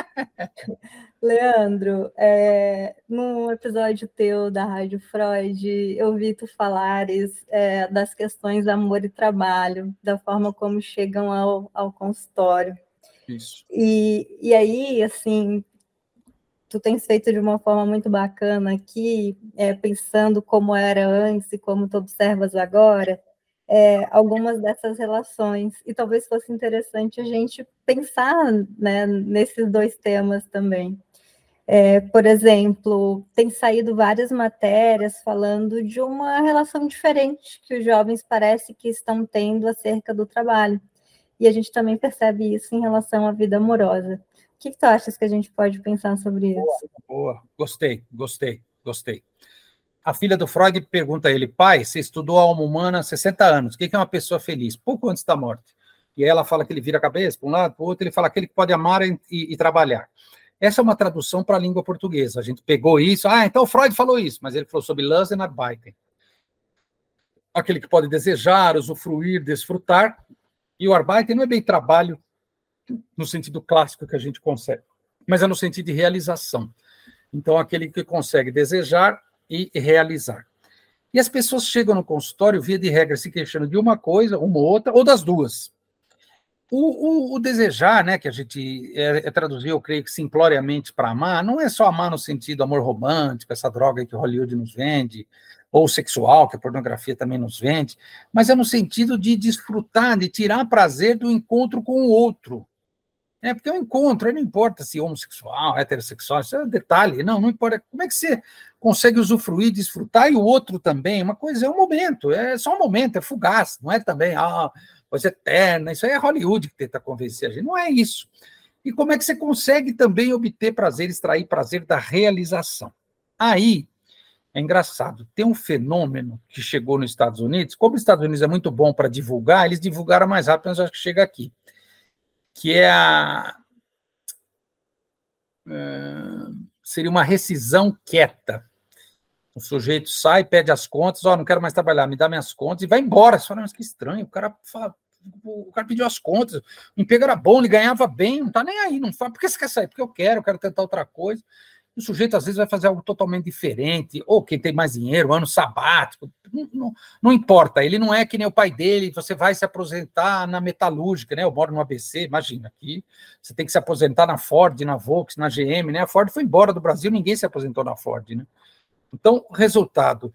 Leandro, é, num episódio teu da Rádio Freud, eu vi tu falares é, das questões amor e trabalho, da forma como chegam ao, ao consultório. Isso. E, e aí, assim, tu tens feito de uma forma muito bacana aqui, é, pensando como era antes e como tu observas agora, é, algumas dessas relações. E talvez fosse interessante a gente pensar, né, nesses dois temas também. É, por exemplo, tem saído várias matérias falando de uma relação diferente que os jovens parece que estão tendo acerca do trabalho. E a gente também percebe isso em relação à vida amorosa. O que, que tu achas que a gente pode pensar sobre isso? Boa, boa. Gostei, gostei, gostei. A filha do Freud pergunta a ele, pai, você estudou a alma humana há sessenta anos, o que é uma pessoa feliz? Pouco antes da morte. E aí ela fala que ele vira a cabeça para um lado, para o outro, ele fala aquele que pode amar e, e, e trabalhar. Essa é uma tradução para a língua portuguesa. A gente pegou isso, ah, então o Freud falou isso, mas ele falou sobre Lust and Arbeiten. Aquele que pode desejar, usufruir, desfrutar, e o Arbeiten não é bem trabalho no sentido clássico que a gente consegue, mas é no sentido de realização. Então, aquele que consegue desejar e realizar. E as pessoas chegam no consultório, via de regra, se queixando de uma coisa, uma ou outra, ou das duas. O, o, o desejar, né, que a gente é, é traduzido, eu creio que simploriamente para amar, não é só amar no sentido amor romântico, essa droga que o Hollywood nos vende, ou sexual, que a pornografia também nos vende, mas é no sentido de desfrutar, de tirar prazer do encontro com o outro. É, porque é um encontro, aí não importa se homossexual, heterossexual, isso é um detalhe, não, não importa. Como é que você consegue usufruir, desfrutar, e o outro também? Uma coisa é um momento, é só um momento, é fugaz, não é também, ah, coisa eterna, isso aí é Hollywood que tenta convencer a gente, não é isso. E como é que você consegue também obter prazer, extrair prazer da realização? Aí, é engraçado, tem um fenômeno que chegou nos Estados Unidos, como os Estados Unidos é muito bom para divulgar, eles divulgaram mais rápido, mas acho que chega aqui, que é a... Uh, seria uma rescisão quieta. O sujeito sai, pede as contas, ó, oh, não quero mais trabalhar, me dá minhas contas, e vai embora. Você fala, mas que estranho, o cara fala, o cara pediu as contas, o emprego era bom, ele ganhava bem, não tá nem aí, não fala, por que você quer sair? Porque eu quero, eu quero tentar outra coisa. O sujeito, às vezes, vai fazer algo totalmente diferente, ou quem tem mais dinheiro, ano sabático, não, não, não importa, ele não é que nem o pai dele, você vai se aposentar na metalúrgica, né? Eu moro no A B C, imagina, aqui você tem que se aposentar na Ford, na Volks, na G M, né? A Ford foi embora do Brasil, ninguém se aposentou na Ford, né? Então, resultado,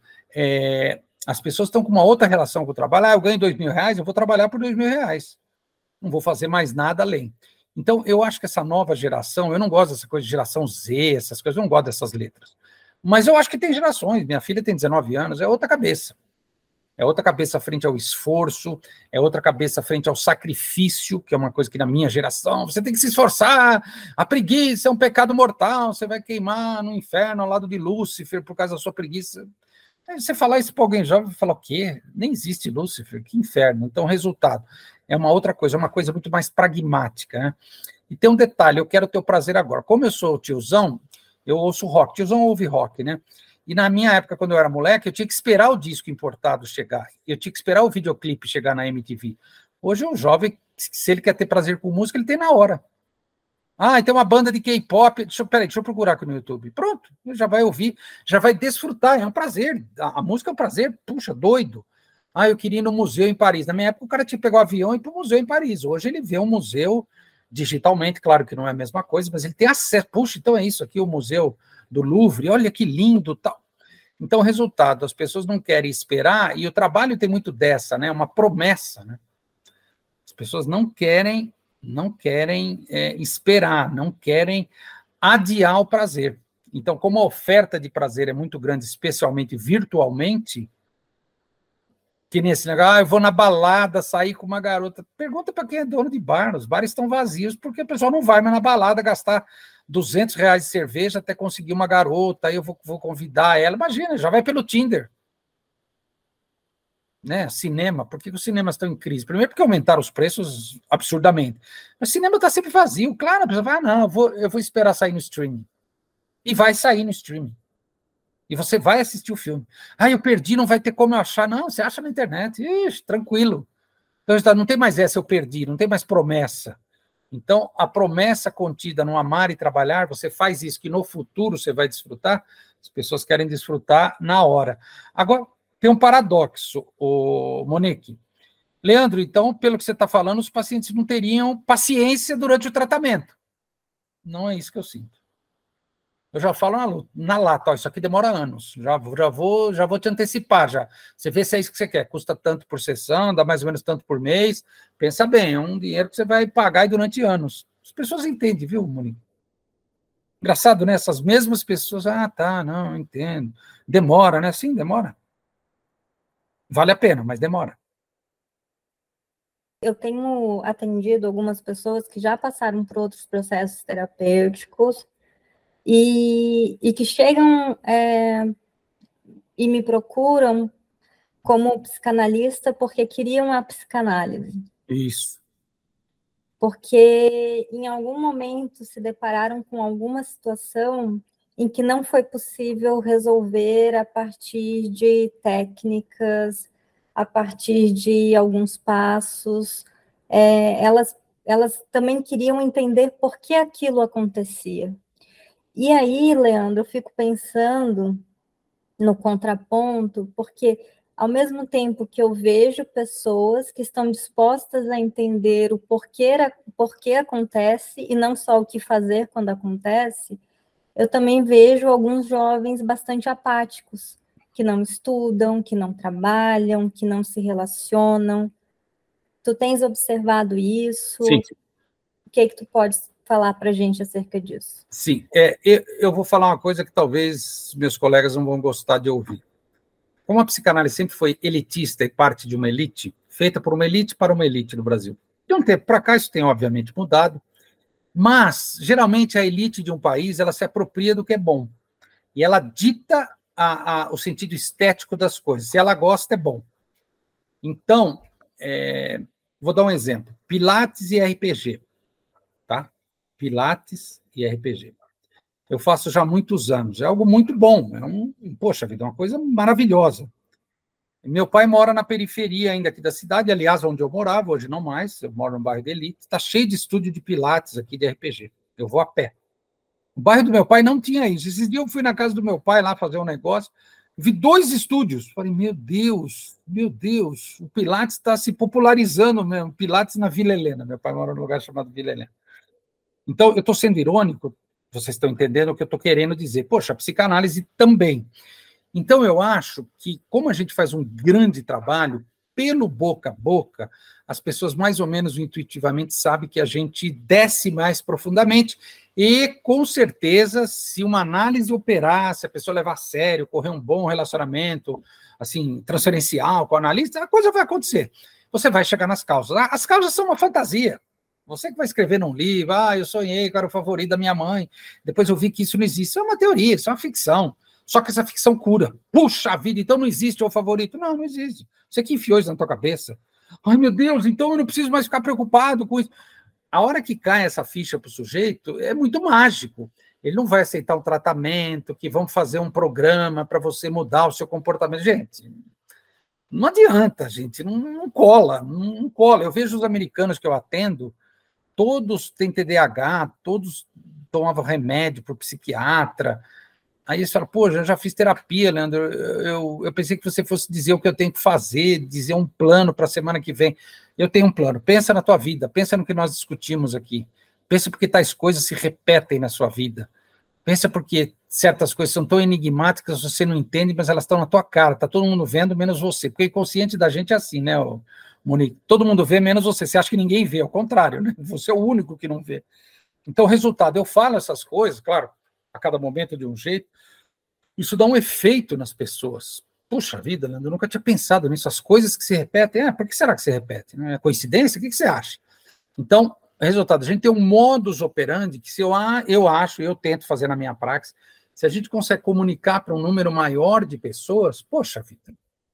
é, as pessoas estão com uma outra relação com o trabalho, ah, eu ganho dois mil reais, eu vou trabalhar por dois mil reais, não vou fazer mais nada além. Então, eu acho que essa nova geração, eu não gosto dessa coisa de geração Z, essas coisas, eu não gosto dessas letras. Mas eu acho que tem gerações, minha filha tem dezenove anos, é outra cabeça. É outra cabeça frente ao esforço, é outra cabeça frente ao sacrifício, que é uma coisa que na minha geração, você tem que se esforçar, a preguiça é um pecado mortal, você vai queimar no inferno ao lado de Lúcifer por causa da sua preguiça. Aí você falar isso para alguém jovem, falar o quê? Nem existe Lúcifer, que inferno. Então, resultado, é uma outra coisa, é uma coisa muito mais pragmática, né? E tem um detalhe, eu quero ter o prazer agora. Como eu sou tiozão, eu ouço rock, tiozão ouve rock, né? E na minha época, quando eu era moleque, eu tinha que esperar o disco importado chegar, eu tinha que esperar o videoclipe chegar na M T V. Hoje, um jovem, se ele quer ter prazer com música, ele tem na hora. Ah, então uma banda de K-pop, deixa, peraí, deixa eu procurar aqui no YouTube. Pronto, já vai ouvir, já vai desfrutar, é um prazer, a, a música é um prazer, puxa, doido. Ah, eu queria ir no museu em Paris. Na minha época, o cara tinha que pegar o avião e ir para o museu em Paris. Hoje ele vê um museu digitalmente, claro que não é a mesma coisa, mas ele tem acesso. Puxa, então é isso aqui, o Museu do Louvre, olha que lindo, tal. Então, resultado, as pessoas não querem esperar, e o trabalho tem muito dessa, né? Uma promessa, né? As pessoas não querem, não querem é, esperar, não querem adiar o prazer. Então, como a oferta de prazer é muito grande, especialmente virtualmente, que nem esse negócio, ah, eu vou na balada, sair com uma garota. Pergunta para quem é dono de bar, os bares estão vazios, porque o pessoal não vai mais na balada gastar duzentos reais de cerveja até conseguir uma garota, aí eu vou, vou convidar ela. Imagina, já vai pelo Tinder. Né? Cinema, por que os cinemas estão em crise? Primeiro porque aumentaram os preços absurdamente. Mas o cinema está sempre vazio. Claro, a pessoa vai, ah, não, eu vou, eu vou esperar sair no streaming. E vai sair no streaming. E você vai assistir o filme. Ah, eu perdi, não vai ter como eu achar. Não, você acha na internet. Ixi, tranquilo. Então, não tem mais essa, eu perdi, não tem mais promessa. Então, a promessa contida no amar e trabalhar, você faz isso, que no futuro você vai desfrutar, as pessoas querem desfrutar na hora. Agora, tem um paradoxo, o Monique. Leandro, então, pelo que você está falando, os pacientes não teriam paciência durante o tratamento. Não é isso que eu sinto. Eu já falo na, na lata, ó, isso aqui demora anos, já, já, vou, já vou te antecipar, já. Você vê se é isso que você quer, custa tanto por sessão, dá mais ou menos tanto por mês, pensa bem, é um dinheiro que você vai pagar durante anos. As pessoas entendem, viu, Monique? Engraçado, né? Essas mesmas pessoas, ah, tá, não, entendo. Demora, né? Sim, demora. Vale a pena, mas demora. Eu tenho atendido algumas pessoas que já passaram por outros processos terapêuticos, E, e que chegam é, e me procuram como psicanalista porque queriam a psicanálise. Isso. Porque em algum momento se depararam com alguma situação em que não foi possível resolver a partir de técnicas, a partir de alguns passos. É, elas, elas também queriam entender por que aquilo acontecia. E aí, Leandro, eu fico pensando no contraponto, porque ao mesmo tempo que eu vejo pessoas que estão dispostas a entender o porquê, o porquê acontece e não só o que fazer quando acontece, eu também vejo alguns jovens bastante apáticos, que não estudam, que não trabalham, que não se relacionam. Tu tens observado isso? Sim. O que é que tu pode falar para a gente acerca disso? Sim, é, eu, eu vou falar uma coisa que talvez meus colegas não vão gostar de ouvir. Como a psicanálise sempre foi elitista e parte de uma elite, feita por uma elite para uma elite no Brasil. De um tempo para cá, isso tem obviamente mudado, mas, geralmente, a elite de um país, ela se apropria do que é bom, e ela dita a, a, o sentido estético das coisas. Se ela gosta, é bom. Então, é, vou dar um exemplo. Pilates e R P G. Tá? Pilates e R P G. Eu faço já há muitos anos. É algo muito bom. É um, poxa vida, é uma coisa maravilhosa. Meu pai mora na periferia ainda aqui da cidade, aliás, onde eu morava, hoje não mais, eu moro no bairro de Elite, está cheio de estúdio de Pilates aqui, de R P G. Eu vou a pé. O bairro do meu pai não tinha isso. Esses dias eu fui na casa do meu pai lá fazer um negócio, vi dois estúdios. Falei, meu Deus, meu Deus, o Pilates está se popularizando mesmo. Pilates na Vila Helena. Meu pai mora num lugar chamado Vila Helena. Então, eu estou sendo irônico, vocês estão entendendo o que eu estou querendo dizer. Poxa, a psicanálise também. Então, eu acho que, como a gente faz um grande trabalho, pelo boca a boca, as pessoas mais ou menos intuitivamente sabem que a gente desce mais profundamente e, com certeza, se uma análise operar, se a pessoa levar a sério, correr um bom relacionamento, assim, transferencial com o analista, a coisa vai acontecer. Você vai chegar nas causas. As causas são uma fantasia. Você que vai escrever num livro, ah, eu sonhei que era o favorito da minha mãe, depois eu vi que isso não existe. Isso é uma teoria, isso é uma ficção. Só que essa ficção cura. Puxa vida, então não existe o favorito. Não, não existe. Você que enfiou isso na tua cabeça. Ai, meu Deus, então eu não preciso mais ficar preocupado com isso. A hora que cai essa ficha para o sujeito, é muito mágico. Ele não vai aceitar um tratamento, que vão fazer um programa para você mudar o seu comportamento. Gente, não adianta, gente, não, não cola, não, não cola. Eu vejo os americanos que eu atendo, todos têm T D A H, todos tomavam remédio para o psiquiatra. Aí eles falam, pô, eu já fiz terapia, Leandro, eu, eu, eu pensei que você fosse dizer o que eu tenho que fazer, dizer um plano para a semana que vem. Eu tenho um plano, pensa na tua vida, pensa no que nós discutimos aqui, pensa porque tais coisas se repetem na sua vida, pensa porque certas coisas são tão enigmáticas, você não entende, mas elas estão na tua cara, está todo mundo vendo, menos você, porque o inconsciente da gente é assim, né, Monique? Todo mundo vê, menos você, você acha que ninguém vê, ao contrário, né? Você é o único que não vê. Então, resultado, eu falo essas coisas, claro, a cada momento de um jeito, isso dá um efeito nas pessoas. Puxa vida, Leandro, eu nunca tinha pensado nisso. As coisas que se repetem, ah, por que será que se repete? Não é coincidência? O que, que você acha? Então, resultado, a gente tem um modus operandi que se eu, eu acho, eu tento fazer na minha praxis, se a gente consegue comunicar para um número maior de pessoas, poxa vida,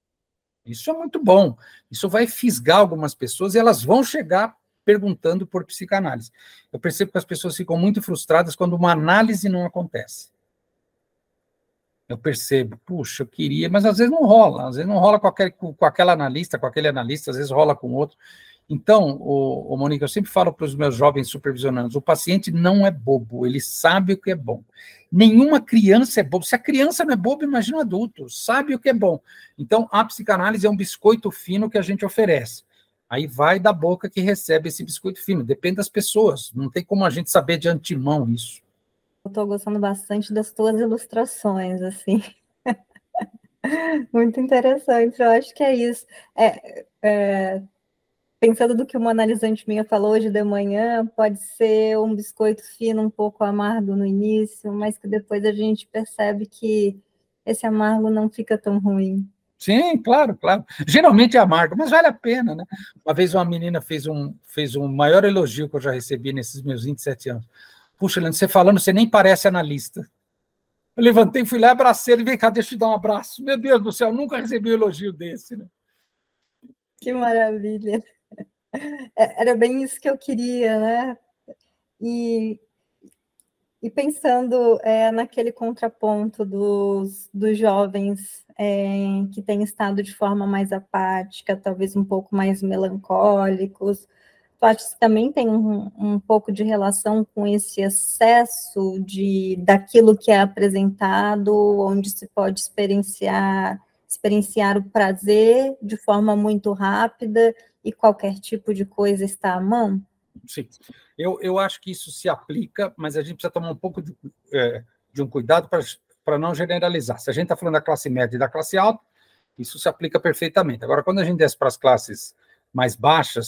isso é muito bom. Isso vai fisgar algumas pessoas e elas vão chegar perguntando por psicanálise. Eu percebo que as pessoas ficam muito frustradas quando uma análise não acontece. Eu percebo, puxa, eu queria, mas às vezes não rola, às vezes não rola com, aquele, com aquela analista, com aquele analista, às vezes rola com outro. Então, o, o Monique, eu sempre falo para os meus jovens supervisionandos, o paciente não é bobo, ele sabe o que é bom. Nenhuma criança é bobo. Se a criança não é boba, imagina um adulto, sabe o que é bom. Então, a psicanálise é um biscoito fino que a gente oferece. Aí vai da boca que recebe esse biscoito fino, depende das pessoas, não tem como a gente saber de antemão isso. Eu estou gostando bastante das tuas ilustrações, assim. Muito interessante, eu acho que é isso. É, é, pensando do que uma analisante minha falou hoje de manhã, pode ser um biscoito fino, um pouco amargo no início, mas que depois a gente percebe que esse amargo não fica tão ruim. Sim, claro, claro. Geralmente é amargo, mas vale a pena, né? Uma vez uma menina fez um, fez um maior elogio que eu já recebi nesses meus vinte e sete anos. Puxa, Leandro, você falando, você nem parece analista. Eu levantei, fui lá, abracei ele, vem cá, deixa eu te dar um abraço. Meu Deus do céu, nunca recebi um elogio desse, né? Que maravilha. Era bem isso que eu queria, né? E, e pensando é, naquele contraponto dos, dos jovens é, que têm estado de forma mais apática, talvez um pouco mais melancólicos, tu acha que também tem um, um pouco de relação com esse excesso de, daquilo que é apresentado, onde se pode experienciar, experienciar o prazer de forma muito rápida e qualquer tipo de coisa está à mão? Sim, eu, eu acho que isso se aplica, mas a gente precisa tomar um pouco de, é, de um cuidado para não generalizar. Se a gente está falando da classe média e da classe alta, isso se aplica perfeitamente. Agora, quando a gente desce para as classes mais baixas,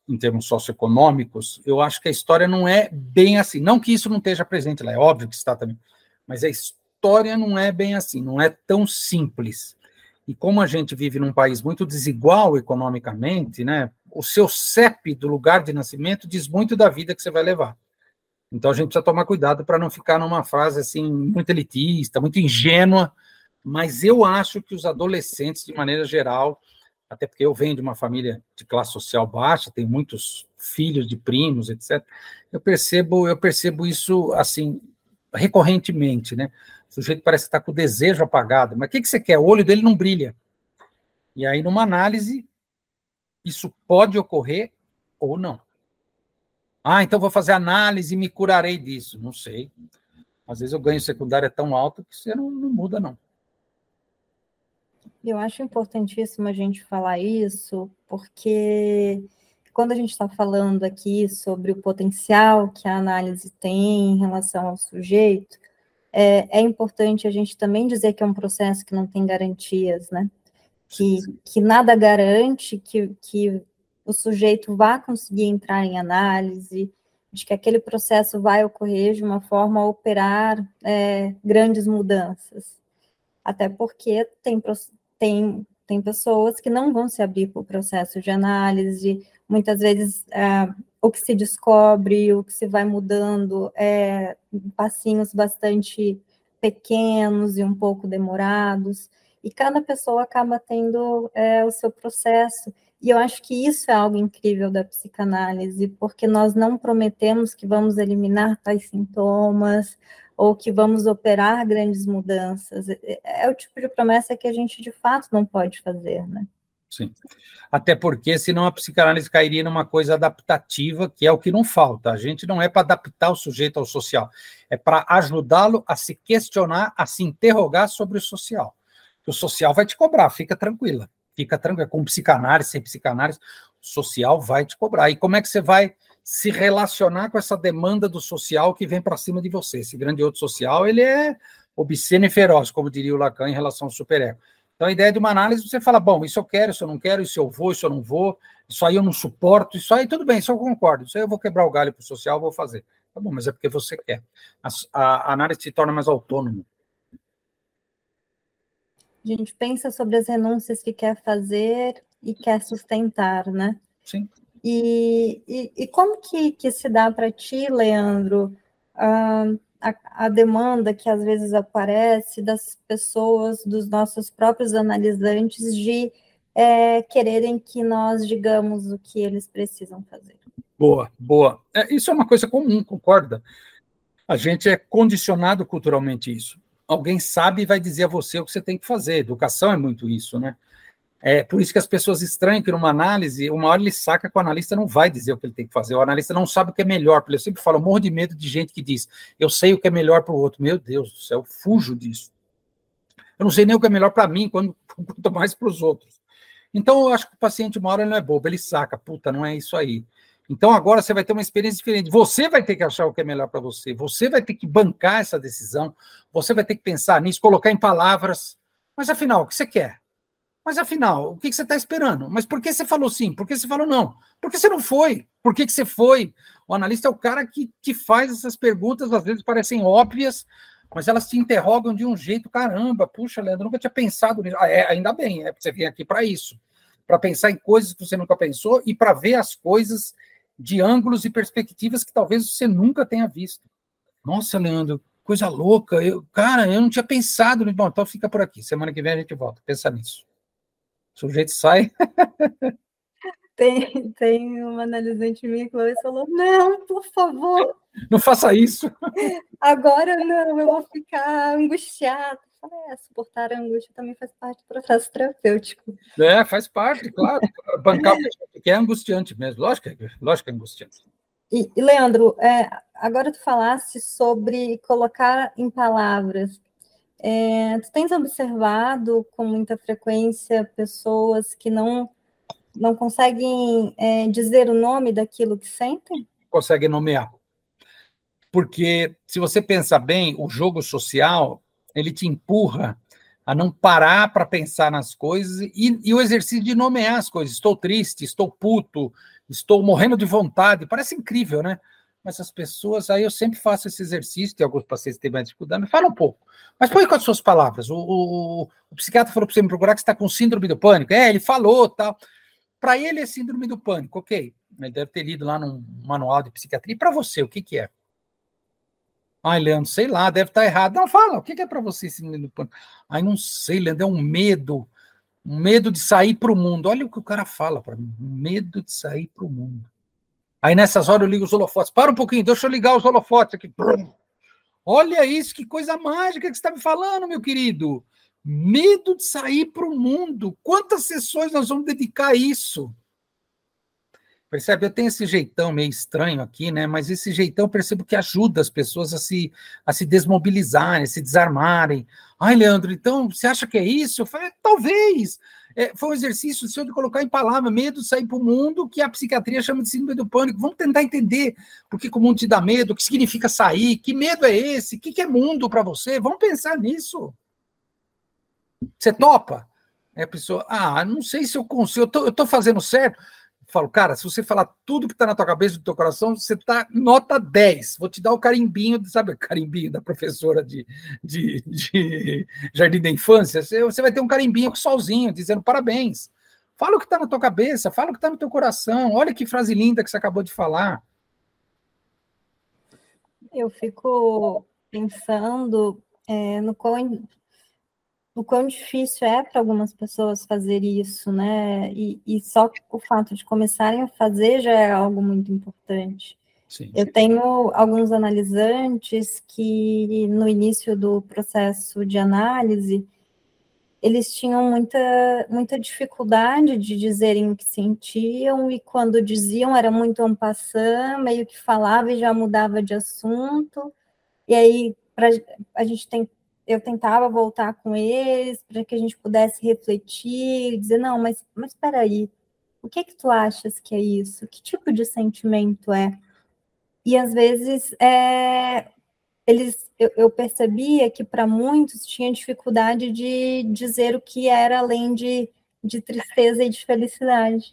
em termos socioeconômicos, eu acho que a história não é bem assim. Não que isso não esteja presente lá, é óbvio que está também, mas a história não é bem assim, não é tão simples. E como a gente vive num país muito desigual economicamente, né, o seu C E P do lugar de nascimento diz muito da vida que você vai levar. Então a gente precisa tomar cuidado para não ficar numa frase assim muito elitista, muito ingênua, mas eu acho que os adolescentes, de maneira geral, até porque eu venho de uma família de classe social baixa, tenho muitos filhos de primos, etcétera. Eu percebo, eu percebo isso assim recorrentemente, né? O sujeito parece estar com o desejo apagado, mas o que, que você quer? O olho dele não brilha. E aí, numa análise, isso pode ocorrer ou não. Ah, então vou fazer análise e me curarei disso. Não sei. Às vezes o ganho secundário é tão alto que você não, não muda, não. Eu acho importantíssimo a gente falar isso, porque quando a gente está falando aqui sobre o potencial que a análise tem em relação ao sujeito, é, é importante a gente também dizer que é um processo que não tem garantias, né? Que, que nada garante que, que o sujeito vá conseguir entrar em análise, de que aquele processo vai ocorrer de uma forma a operar é, grandes mudanças. Até porque tem, tem, tem pessoas que não vão se abrir para o processo de análise, muitas vezes é, o que se descobre, o que se vai mudando é passinhos bastante pequenos e um pouco demorados, e cada pessoa acaba tendo é, o seu processo, e eu acho que isso é algo incrível da psicanálise, porque nós não prometemos que vamos eliminar tais sintomas, ou que vamos operar grandes mudanças. É o tipo de promessa que a gente, de fato, não pode fazer, né? Sim. Até porque, senão, a psicanálise cairia numa coisa adaptativa, que é o que não falta. A gente não é para adaptar o sujeito ao social, é para ajudá-lo a se questionar, a se interrogar sobre o social. O social vai te cobrar, fica tranquila. Fica tranquila. Com psicanálise, sem psicanálise, o social vai te cobrar. E como é que você vai se relacionar com essa demanda do social que vem para cima de você? Esse grande outro social, ele é obsceno e feroz, como diria o Lacan em relação ao superego. Então, a ideia de uma análise, você fala, bom, isso eu quero, isso eu não quero, isso eu vou, isso eu não vou, isso aí eu não suporto, isso aí tudo bem, isso eu concordo, isso aí eu vou quebrar o galho para o social, vou fazer. Tá bom, mas é porque você quer. A, a, a análise se torna mais autônoma. A gente pensa sobre as renúncias que quer fazer e quer sustentar, né? Sim. E, e, e como que, que se dá para ti, Leandro, a, a, a demanda que às vezes aparece das pessoas, dos nossos próprios analisantes, de é, quererem que nós digamos o que eles precisam fazer? Boa, boa. É, isso é uma coisa comum, concorda? A gente é condicionado culturalmente isso. Alguém sabe e vai dizer a você o que você tem que fazer. Educação é muito isso, né? É por isso que as pessoas estranham que numa análise, uma hora ele saca que o analista não vai dizer o que ele tem que fazer. O analista não sabe o que é melhor. Eu sempre falo, eu morro de medo de gente que diz, eu sei o que é melhor para o outro. Meu Deus do céu, eu fujo disso. Eu não sei nem o que é melhor para mim, quando, quanto mais para os outros. Então, eu acho que o paciente, uma hora, ele não é bobo, ele saca, puta, não é isso aí. Então, agora você vai ter uma experiência diferente. Você vai ter que achar o que é melhor para você. Você vai ter que bancar essa decisão. Você vai ter que pensar nisso, colocar em palavras. Mas, afinal, o que você quer? Mas, afinal, o que você está esperando? Mas por que você falou sim? Por que você falou não? Por que você não foi? Por que você foi? O analista é o cara que te faz essas perguntas, às vezes parecem óbvias, mas elas te interrogam de um jeito, caramba, puxa, Leandro, nunca tinha pensado nisso. Ah, é, ainda bem, é, você vem aqui para isso, para pensar em coisas que você nunca pensou e para ver as coisas de ângulos e perspectivas que talvez você nunca tenha visto. Nossa, Leandro, coisa louca, eu, cara, eu não tinha pensado nisso. Bom, então fica por aqui, semana que vem a gente volta, pensa nisso. O sujeito sai... Tem, tem uma analisante minha que falou, não, por favor. Não faça isso. Agora não, eu vou ficar angustiada. Eu falei, é, suportar a angústia também faz parte do processo terapêutico. É, faz parte, claro. Bancar o que é angustiante mesmo. Lógico que é, lógico que é angustiante. E, e Leandro, é, agora tu falaste sobre colocar em palavras. É, tu tens observado com muita frequência pessoas que não, não conseguem é, dizer o nome daquilo que sentem? Consegue nomear. Porque, se você pensar bem, o jogo social, ele te empurra a não parar para pensar nas coisas, e, e o exercício de nomear as coisas. Estou triste, estou puto, estou morrendo de vontade. Parece incrível, né? Mas as pessoas, aí eu sempre faço esse exercício, tem alguns pacientes que têm mais dificuldade, me fala um pouco. Mas põe com as suas palavras. O, o, o psiquiatra falou para você me procurar que você está com síndrome do pânico. É, ele falou, tal. Para ele é síndrome do pânico, ok. Ele deve ter lido lá num manual de psiquiatria. E para você, o que, que é? Ai, Leandro, sei lá, deve estar errado. Não, fala, o que, que é para você síndrome do pânico? Ai, não sei, Leandro, é um medo. Um medo de sair para o mundo. Olha o que o cara fala para mim. Um medo de sair para o mundo. Aí nessas horas eu ligo os holofotes. Para um pouquinho, deixa eu ligar os holofotes aqui. Olha isso, que coisa mágica que você está me falando, meu querido. Medo de sair para o mundo. Quantas sessões nós vamos dedicar a isso? Percebe? Eu tenho esse jeitão meio estranho aqui, né? Mas esse jeitão eu percebo que ajuda as pessoas a se, a se desmobilizarem, a se desarmarem. Ai, Leandro, então você acha que é isso? Eu falei, talvez. É, foi um exercício seu de colocar em palavra medo de sair para o mundo, que a psiquiatria chama de síndrome do pânico. Vamos tentar entender por que o mundo te dá medo, o que significa sair, que medo é esse, o que é mundo para você. Vamos pensar nisso. Você topa? É a pessoa, ah, não sei se eu consigo, eu estou fazendo certo. Eu falo, cara, se você falar tudo que está na tua cabeça, do teu coração, você está nota dez. Vou te dar o carimbinho, sabe o carimbinho da professora de, de, de jardim da infância? Você, você vai ter um carimbinho com solzinho, dizendo parabéns. Fala o que está na tua cabeça, fala o que está no teu coração. Olha que frase linda que você acabou de falar. Eu fico pensando é, no quão... o quão difícil é para algumas pessoas fazer isso, né? E, e só o fato de começarem a fazer já é algo muito importante. Sim. Eu tenho alguns analisantes que, no início do processo de análise, eles tinham muita, muita dificuldade de dizerem o que sentiam, e quando diziam era muito en passant, meio que falava e já mudava de assunto, e aí pra, a gente tem eu tentava voltar com eles para que a gente pudesse refletir e dizer, não, mas, mas espera aí, o que que tu achas que é isso? Que tipo de sentimento é? E às vezes é, eles, eu, eu percebia que para muitos tinha dificuldade de dizer o que era além de, de tristeza e de felicidade.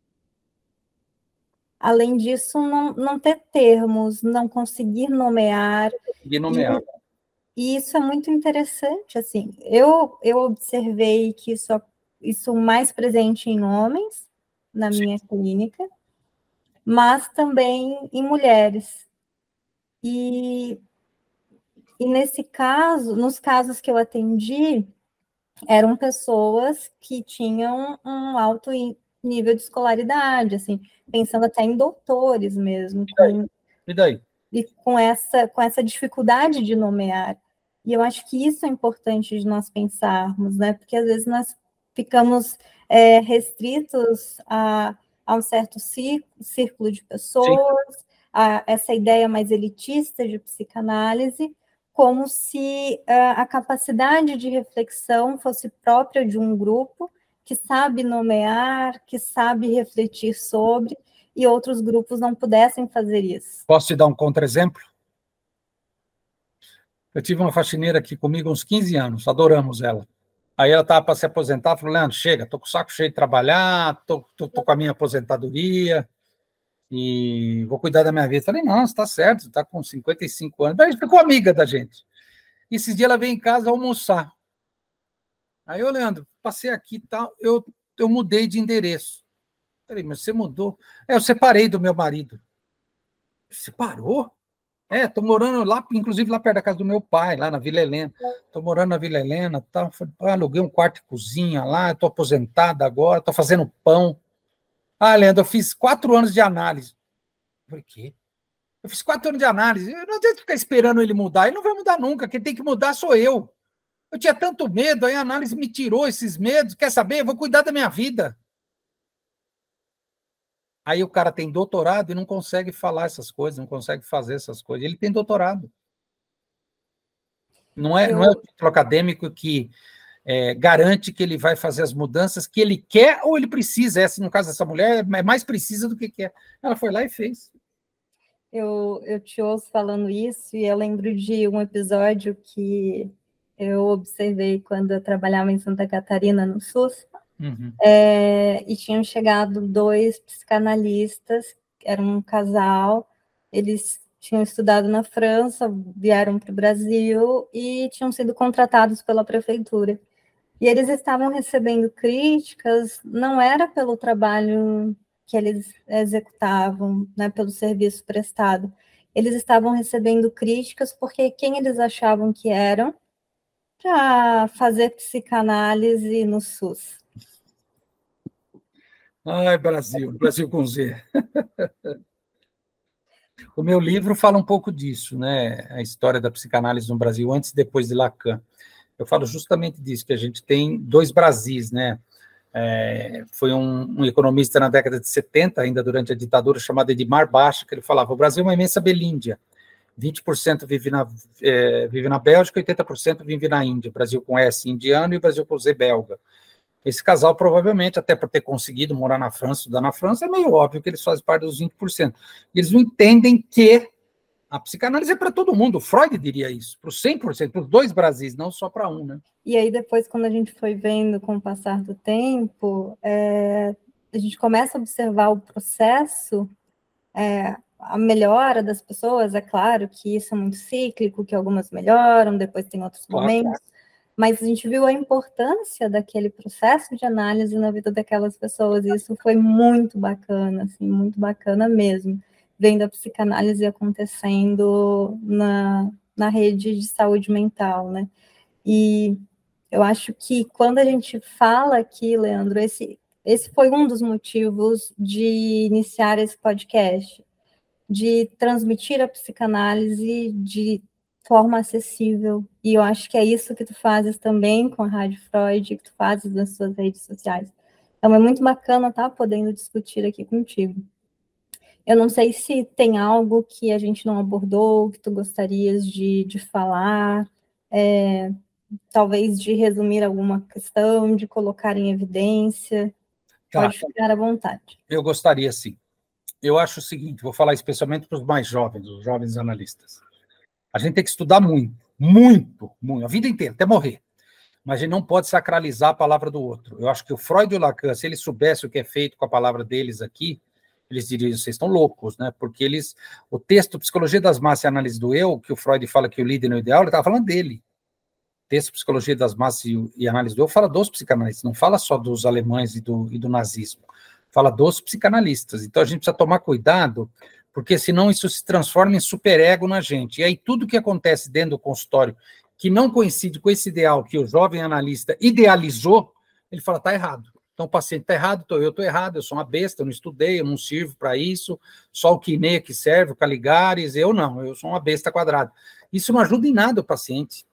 Além disso, não, não ter termos, não conseguir nomear. E nomear. E, E isso é muito interessante, assim, eu, eu observei que isso, isso mais presente em homens, na minha Sim. clínica, mas também em mulheres. E, e nesse caso, nos casos que eu atendi, eram pessoas que tinham um alto nível de escolaridade, assim, pensando até em doutores mesmo. E daí? E daí? E com essa, com essa dificuldade de nomear. E eu acho que isso é importante de nós pensarmos, né? Porque às vezes nós ficamos é, restritos a, a um certo círculo de pessoas, Sim. a essa ideia mais elitista de psicanálise, como se a, a capacidade de reflexão fosse própria de um grupo que sabe nomear, que sabe refletir sobre, e outros grupos não pudessem fazer isso. Posso te dar um contra-exemplo? Eu tive uma faxineira aqui comigo há uns quinze anos, adoramos ela. Aí ela estava para se aposentar, falou, Leandro, chega, estou com o saco cheio de trabalhar, estou com a minha aposentadoria e vou cuidar da minha vida. Falei, não, você está certo, você está com cinquenta e cinco anos. Daí a gente ficou amiga da gente. E esses dias ela veio em casa almoçar. Aí eu, Leandro, passei aqui e tal, eu, eu mudei de endereço. Falei, mas você mudou? É, eu separei do meu marido. Separou? É, tô morando lá, inclusive lá perto da casa do meu pai, lá na Vila Helena. Tô morando na Vila Helena, tá? Aluguei um quarto e cozinha lá, tô aposentada agora, tô fazendo pão. Ah, Leandro, eu fiz quatro anos de análise. Eu falei, quê? Eu fiz quatro anos de análise. Eu não tenho que ficar esperando ele mudar, ele não vai mudar nunca, quem tem que mudar sou eu. Eu tinha tanto medo, aí a análise me tirou esses medos. Quer saber? Eu vou cuidar da minha vida. Aí o cara tem doutorado e não consegue falar essas coisas, não consegue fazer essas coisas. Ele tem doutorado. Não é, Eu... não é o título acadêmico que é, garante que ele vai fazer as mudanças que ele quer ou ele precisa. Essa, no caso dessa mulher, é mais precisa do que quer. Ela foi lá e fez. Eu, eu te ouço falando isso e eu lembro de um episódio que eu observei quando eu trabalhava em Santa Catarina, no SUS, Uhum. é, e tinham chegado dois psicanalistas, eram um casal, eles tinham estudado na França, vieram para o Brasil e tinham sido contratados pela prefeitura. E eles estavam recebendo críticas, não era pelo trabalho que eles executavam, né, pelo serviço prestado. Eles estavam recebendo críticas porque quem eles achavam que eram para fazer psicanálise no SUS. Ai, Brasil, Brasil com Z. O meu livro fala um pouco disso, né? A história da psicanálise no Brasil, antes e depois de Lacan. Eu falo justamente disso, que a gente tem dois Brasis, né? É, foi um, um economista na década de setenta, ainda durante a ditadura, chamado Edmar Baixa, que ele falava: o Brasil é uma imensa Belíndia. vinte por cento vive na, é, vive na Bélgica, oitenta por cento vive na Índia. O Brasil com S indiano e o Brasil com Z belga. Esse casal, provavelmente, até por ter conseguido morar na França, estudar na França, é meio óbvio que eles fazem parte dos vinte por cento. E eles não entendem que a psicanálise é para todo mundo. Freud diria isso, para os cem por cento, para os dois Brasis, não só para um, né? E aí, depois, quando a gente foi vendo com o passar do tempo, é, a gente começa a observar o processo, é, a melhora das pessoas, é claro que isso é muito cíclico, que algumas melhoram, depois tem outros Claro, momentos, claro. Mas a gente viu a importância daquele processo de análise na vida daquelas pessoas, e isso foi muito bacana, assim, muito bacana mesmo, vendo a psicanálise acontecendo na, na rede de saúde mental, né? E eu acho que quando a gente fala aqui, Leandro, esse, esse foi um dos motivos de iniciar esse podcast, de transmitir a psicanálise de forma acessível, e eu acho que é isso que tu fazes também com a Rádio Freud, que tu fazes nas suas redes sociais. Então é muito bacana estar podendo discutir aqui contigo. Eu não sei se tem algo que a gente não abordou, que tu gostarias de, de falar, é, talvez de resumir alguma questão, de colocar em evidência. Tá. Pode ficar à vontade. Eu gostaria, sim. Eu acho o seguinte, vou falar especialmente para os mais jovens, os jovens analistas. A gente tem que estudar muito, muito, muito, a vida inteira, até morrer. Mas a gente não pode sacralizar a palavra do outro. Eu acho que o Freud e o Lacan, se eles soubessem o que é feito com a palavra deles aqui, eles diriam: vocês estão loucos, né? Porque eles, o texto Psicologia das Massas e Análise do Eu, que o Freud fala que o líder não é o ideal, ele estava falando dele. O texto Psicologia das Massas e Análise do Eu fala dos psicanalistas, não fala só dos alemães e do, e do nazismo, fala dos psicanalistas. Então a gente precisa tomar cuidado, porque senão isso se transforma em superego na gente. E aí tudo que acontece dentro do consultório que não coincide com esse ideal que o jovem analista idealizou, ele fala: está errado. Então o paciente está errado, eu estou errado, eu sou uma besta, eu não estudei, eu não sirvo para isso, só o Quiné que serve, o Caligares, eu não, eu sou uma besta quadrada. Isso não ajuda em nada o paciente.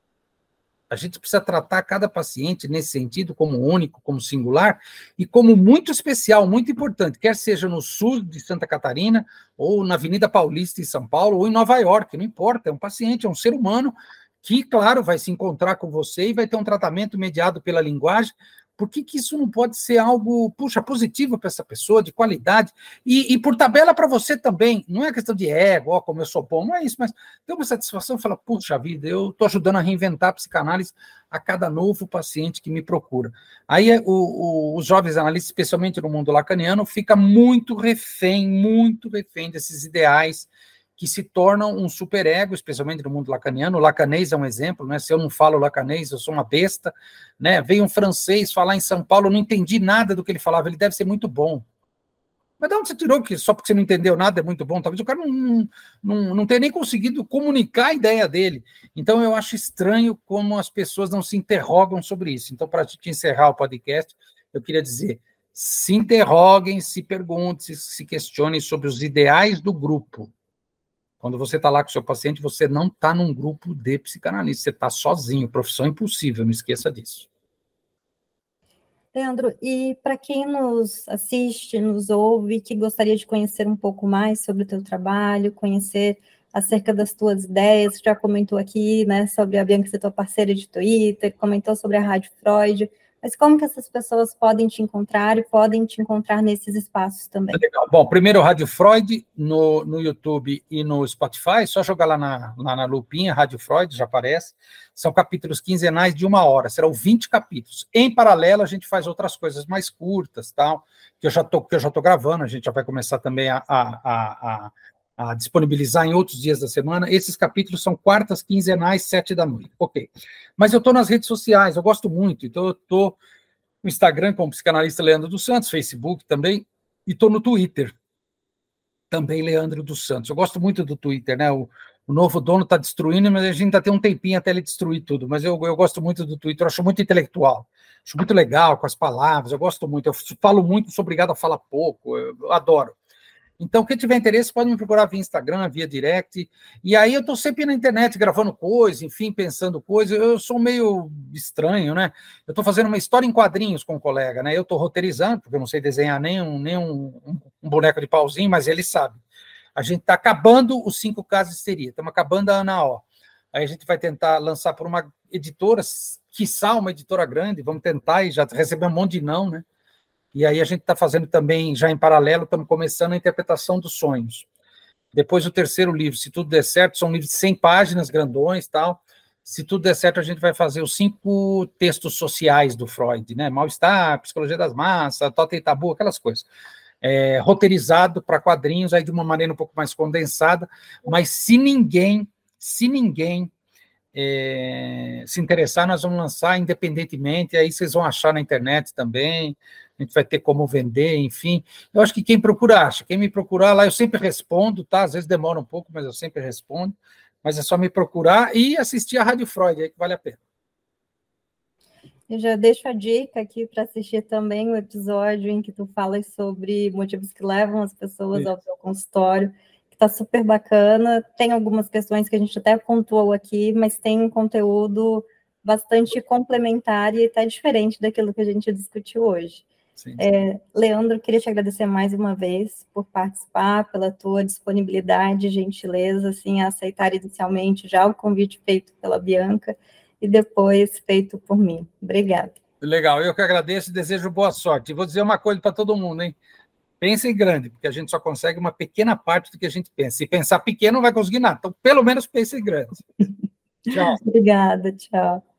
A gente precisa tratar cada paciente nesse sentido como único, como singular e como muito especial, muito importante, quer seja no sul de Santa Catarina, ou na Avenida Paulista em São Paulo, ou em Nova York, não importa, é um paciente, é um ser humano que, claro, vai se encontrar com você e vai ter um tratamento mediado pela linguagem. Por que que isso não pode ser algo, puxa, positivo para essa pessoa, de qualidade? E, e por tabela para você também, não é questão de ego, ó, como eu sou bom, não é isso, mas tem uma satisfação, fala: puxa vida, eu estou ajudando a reinventar a psicanálise a cada novo paciente que me procura. Aí o, o, os jovens analistas, especialmente no mundo lacaniano, fica muito refém, muito refém desses ideais que se tornam um superego, especialmente no mundo lacaniano. O lacanês é um exemplo, né? Se eu não falo lacanês, eu sou uma besta, né? Veio um francês falar em São Paulo, eu não entendi nada do que ele falava, ele deve ser muito bom. Mas de onde você tirou que só porque você não entendeu nada é muito bom? Talvez o cara não, não, não tenha nem conseguido comunicar a ideia dele. Então, eu acho estranho como as pessoas não se interrogam sobre isso. Então, para te encerrar o podcast, eu queria dizer: se interroguem, se perguntem, se questionem sobre os ideais do grupo. Quando você está lá com o seu paciente, você não está num grupo de psicanalistas, você está sozinho, profissão impossível, não esqueça disso. Leandro, e para quem nos assiste, nos ouve, que gostaria de conhecer um pouco mais sobre o teu trabalho, conhecer acerca das tuas ideias, você já comentou aqui, né, sobre a Bianca ser tua parceira de Twitter, comentou sobre a Rádio Freud, mas como que essas pessoas podem te encontrar e podem te encontrar nesses espaços também? Legal. Bom, primeiro Rádio Freud no, no YouTube e no Spotify, só jogar lá na, lá na lupinha, Rádio Freud, já aparece. São capítulos quinzenais de uma hora, serão vinte capítulos. Em paralelo, a gente faz outras coisas mais curtas, tal, que eu já tô, que eu já estou gravando, a gente já vai começar também a, a, a, a, a disponibilizar em outros dias da semana. Esses capítulos são quartas, quinzenais, sete da noite. Ok. Mas eu estou nas redes sociais, eu gosto muito, então eu estou no Instagram como psicanalista Leandro dos Santos, Facebook também, e estou no Twitter, também Leandro dos Santos. Eu gosto muito do Twitter, né? O, o novo dono está destruindo, mas a gente ainda tem um tempinho até ele destruir tudo. Mas eu, eu gosto muito do Twitter, eu acho muito intelectual, acho muito legal com as palavras, eu gosto muito. Eu falo muito, sou obrigado a falar pouco, eu, eu adoro. Então, quem tiver interesse pode me procurar via Instagram, via direct, e aí eu estou sempre na internet gravando coisa, enfim, pensando coisa. Eu sou meio estranho, né? Eu estou fazendo uma história em quadrinhos com um colega, né? Eu estou roteirizando, porque eu não sei desenhar nem um, nem um, um boneco de pauzinho, mas ele sabe. A gente está acabando os cinco casos de histeria, estamos acabando a Ana O. Aí a gente vai tentar lançar por uma editora, quiçá uma editora grande, vamos tentar, e já recebemos um monte de não, né? E aí a gente está fazendo também, já em paralelo, estamos começando a interpretação dos sonhos. Depois o terceiro livro, se tudo der certo, são livros de cem páginas, grandões, tal. Se tudo der certo, a gente vai fazer os cinco textos sociais do Freud, né? Mal-estar, psicologia das massas, totem e tabu, aquelas coisas. É, roteirizado para quadrinhos, aí de uma maneira um pouco mais condensada, mas se ninguém, se ninguém é, se interessar, nós vamos lançar independentemente, aí vocês vão achar na internet também, a gente vai ter como vender, enfim. Eu acho que quem procura acha, quem me procurar lá, eu sempre respondo, tá? Às vezes demora um pouco, mas eu sempre respondo, mas é só me procurar e assistir a Rádio Freud, aí que vale a pena. Eu já deixo a dica aqui para assistir também o episódio em que tu falas sobre motivos que levam as pessoas Isso. ao teu consultório, que está super bacana. Tem algumas questões que a gente até pontuou aqui, mas tem um conteúdo bastante complementar e está diferente daquilo que a gente discutiu hoje. É, Leandro, queria te agradecer mais uma vez por participar, pela tua disponibilidade, gentileza, assim, a aceitar inicialmente já o convite feito pela Bianca e depois feito por mim. Obrigada. Legal, eu que agradeço e desejo boa sorte. E vou dizer uma coisa para todo mundo, hein? Pense em grande, porque a gente só consegue uma pequena parte do que a gente pensa. Se pensar pequeno, não vai conseguir nada. Então, pelo menos pense em grande. Tchau. Obrigada, tchau.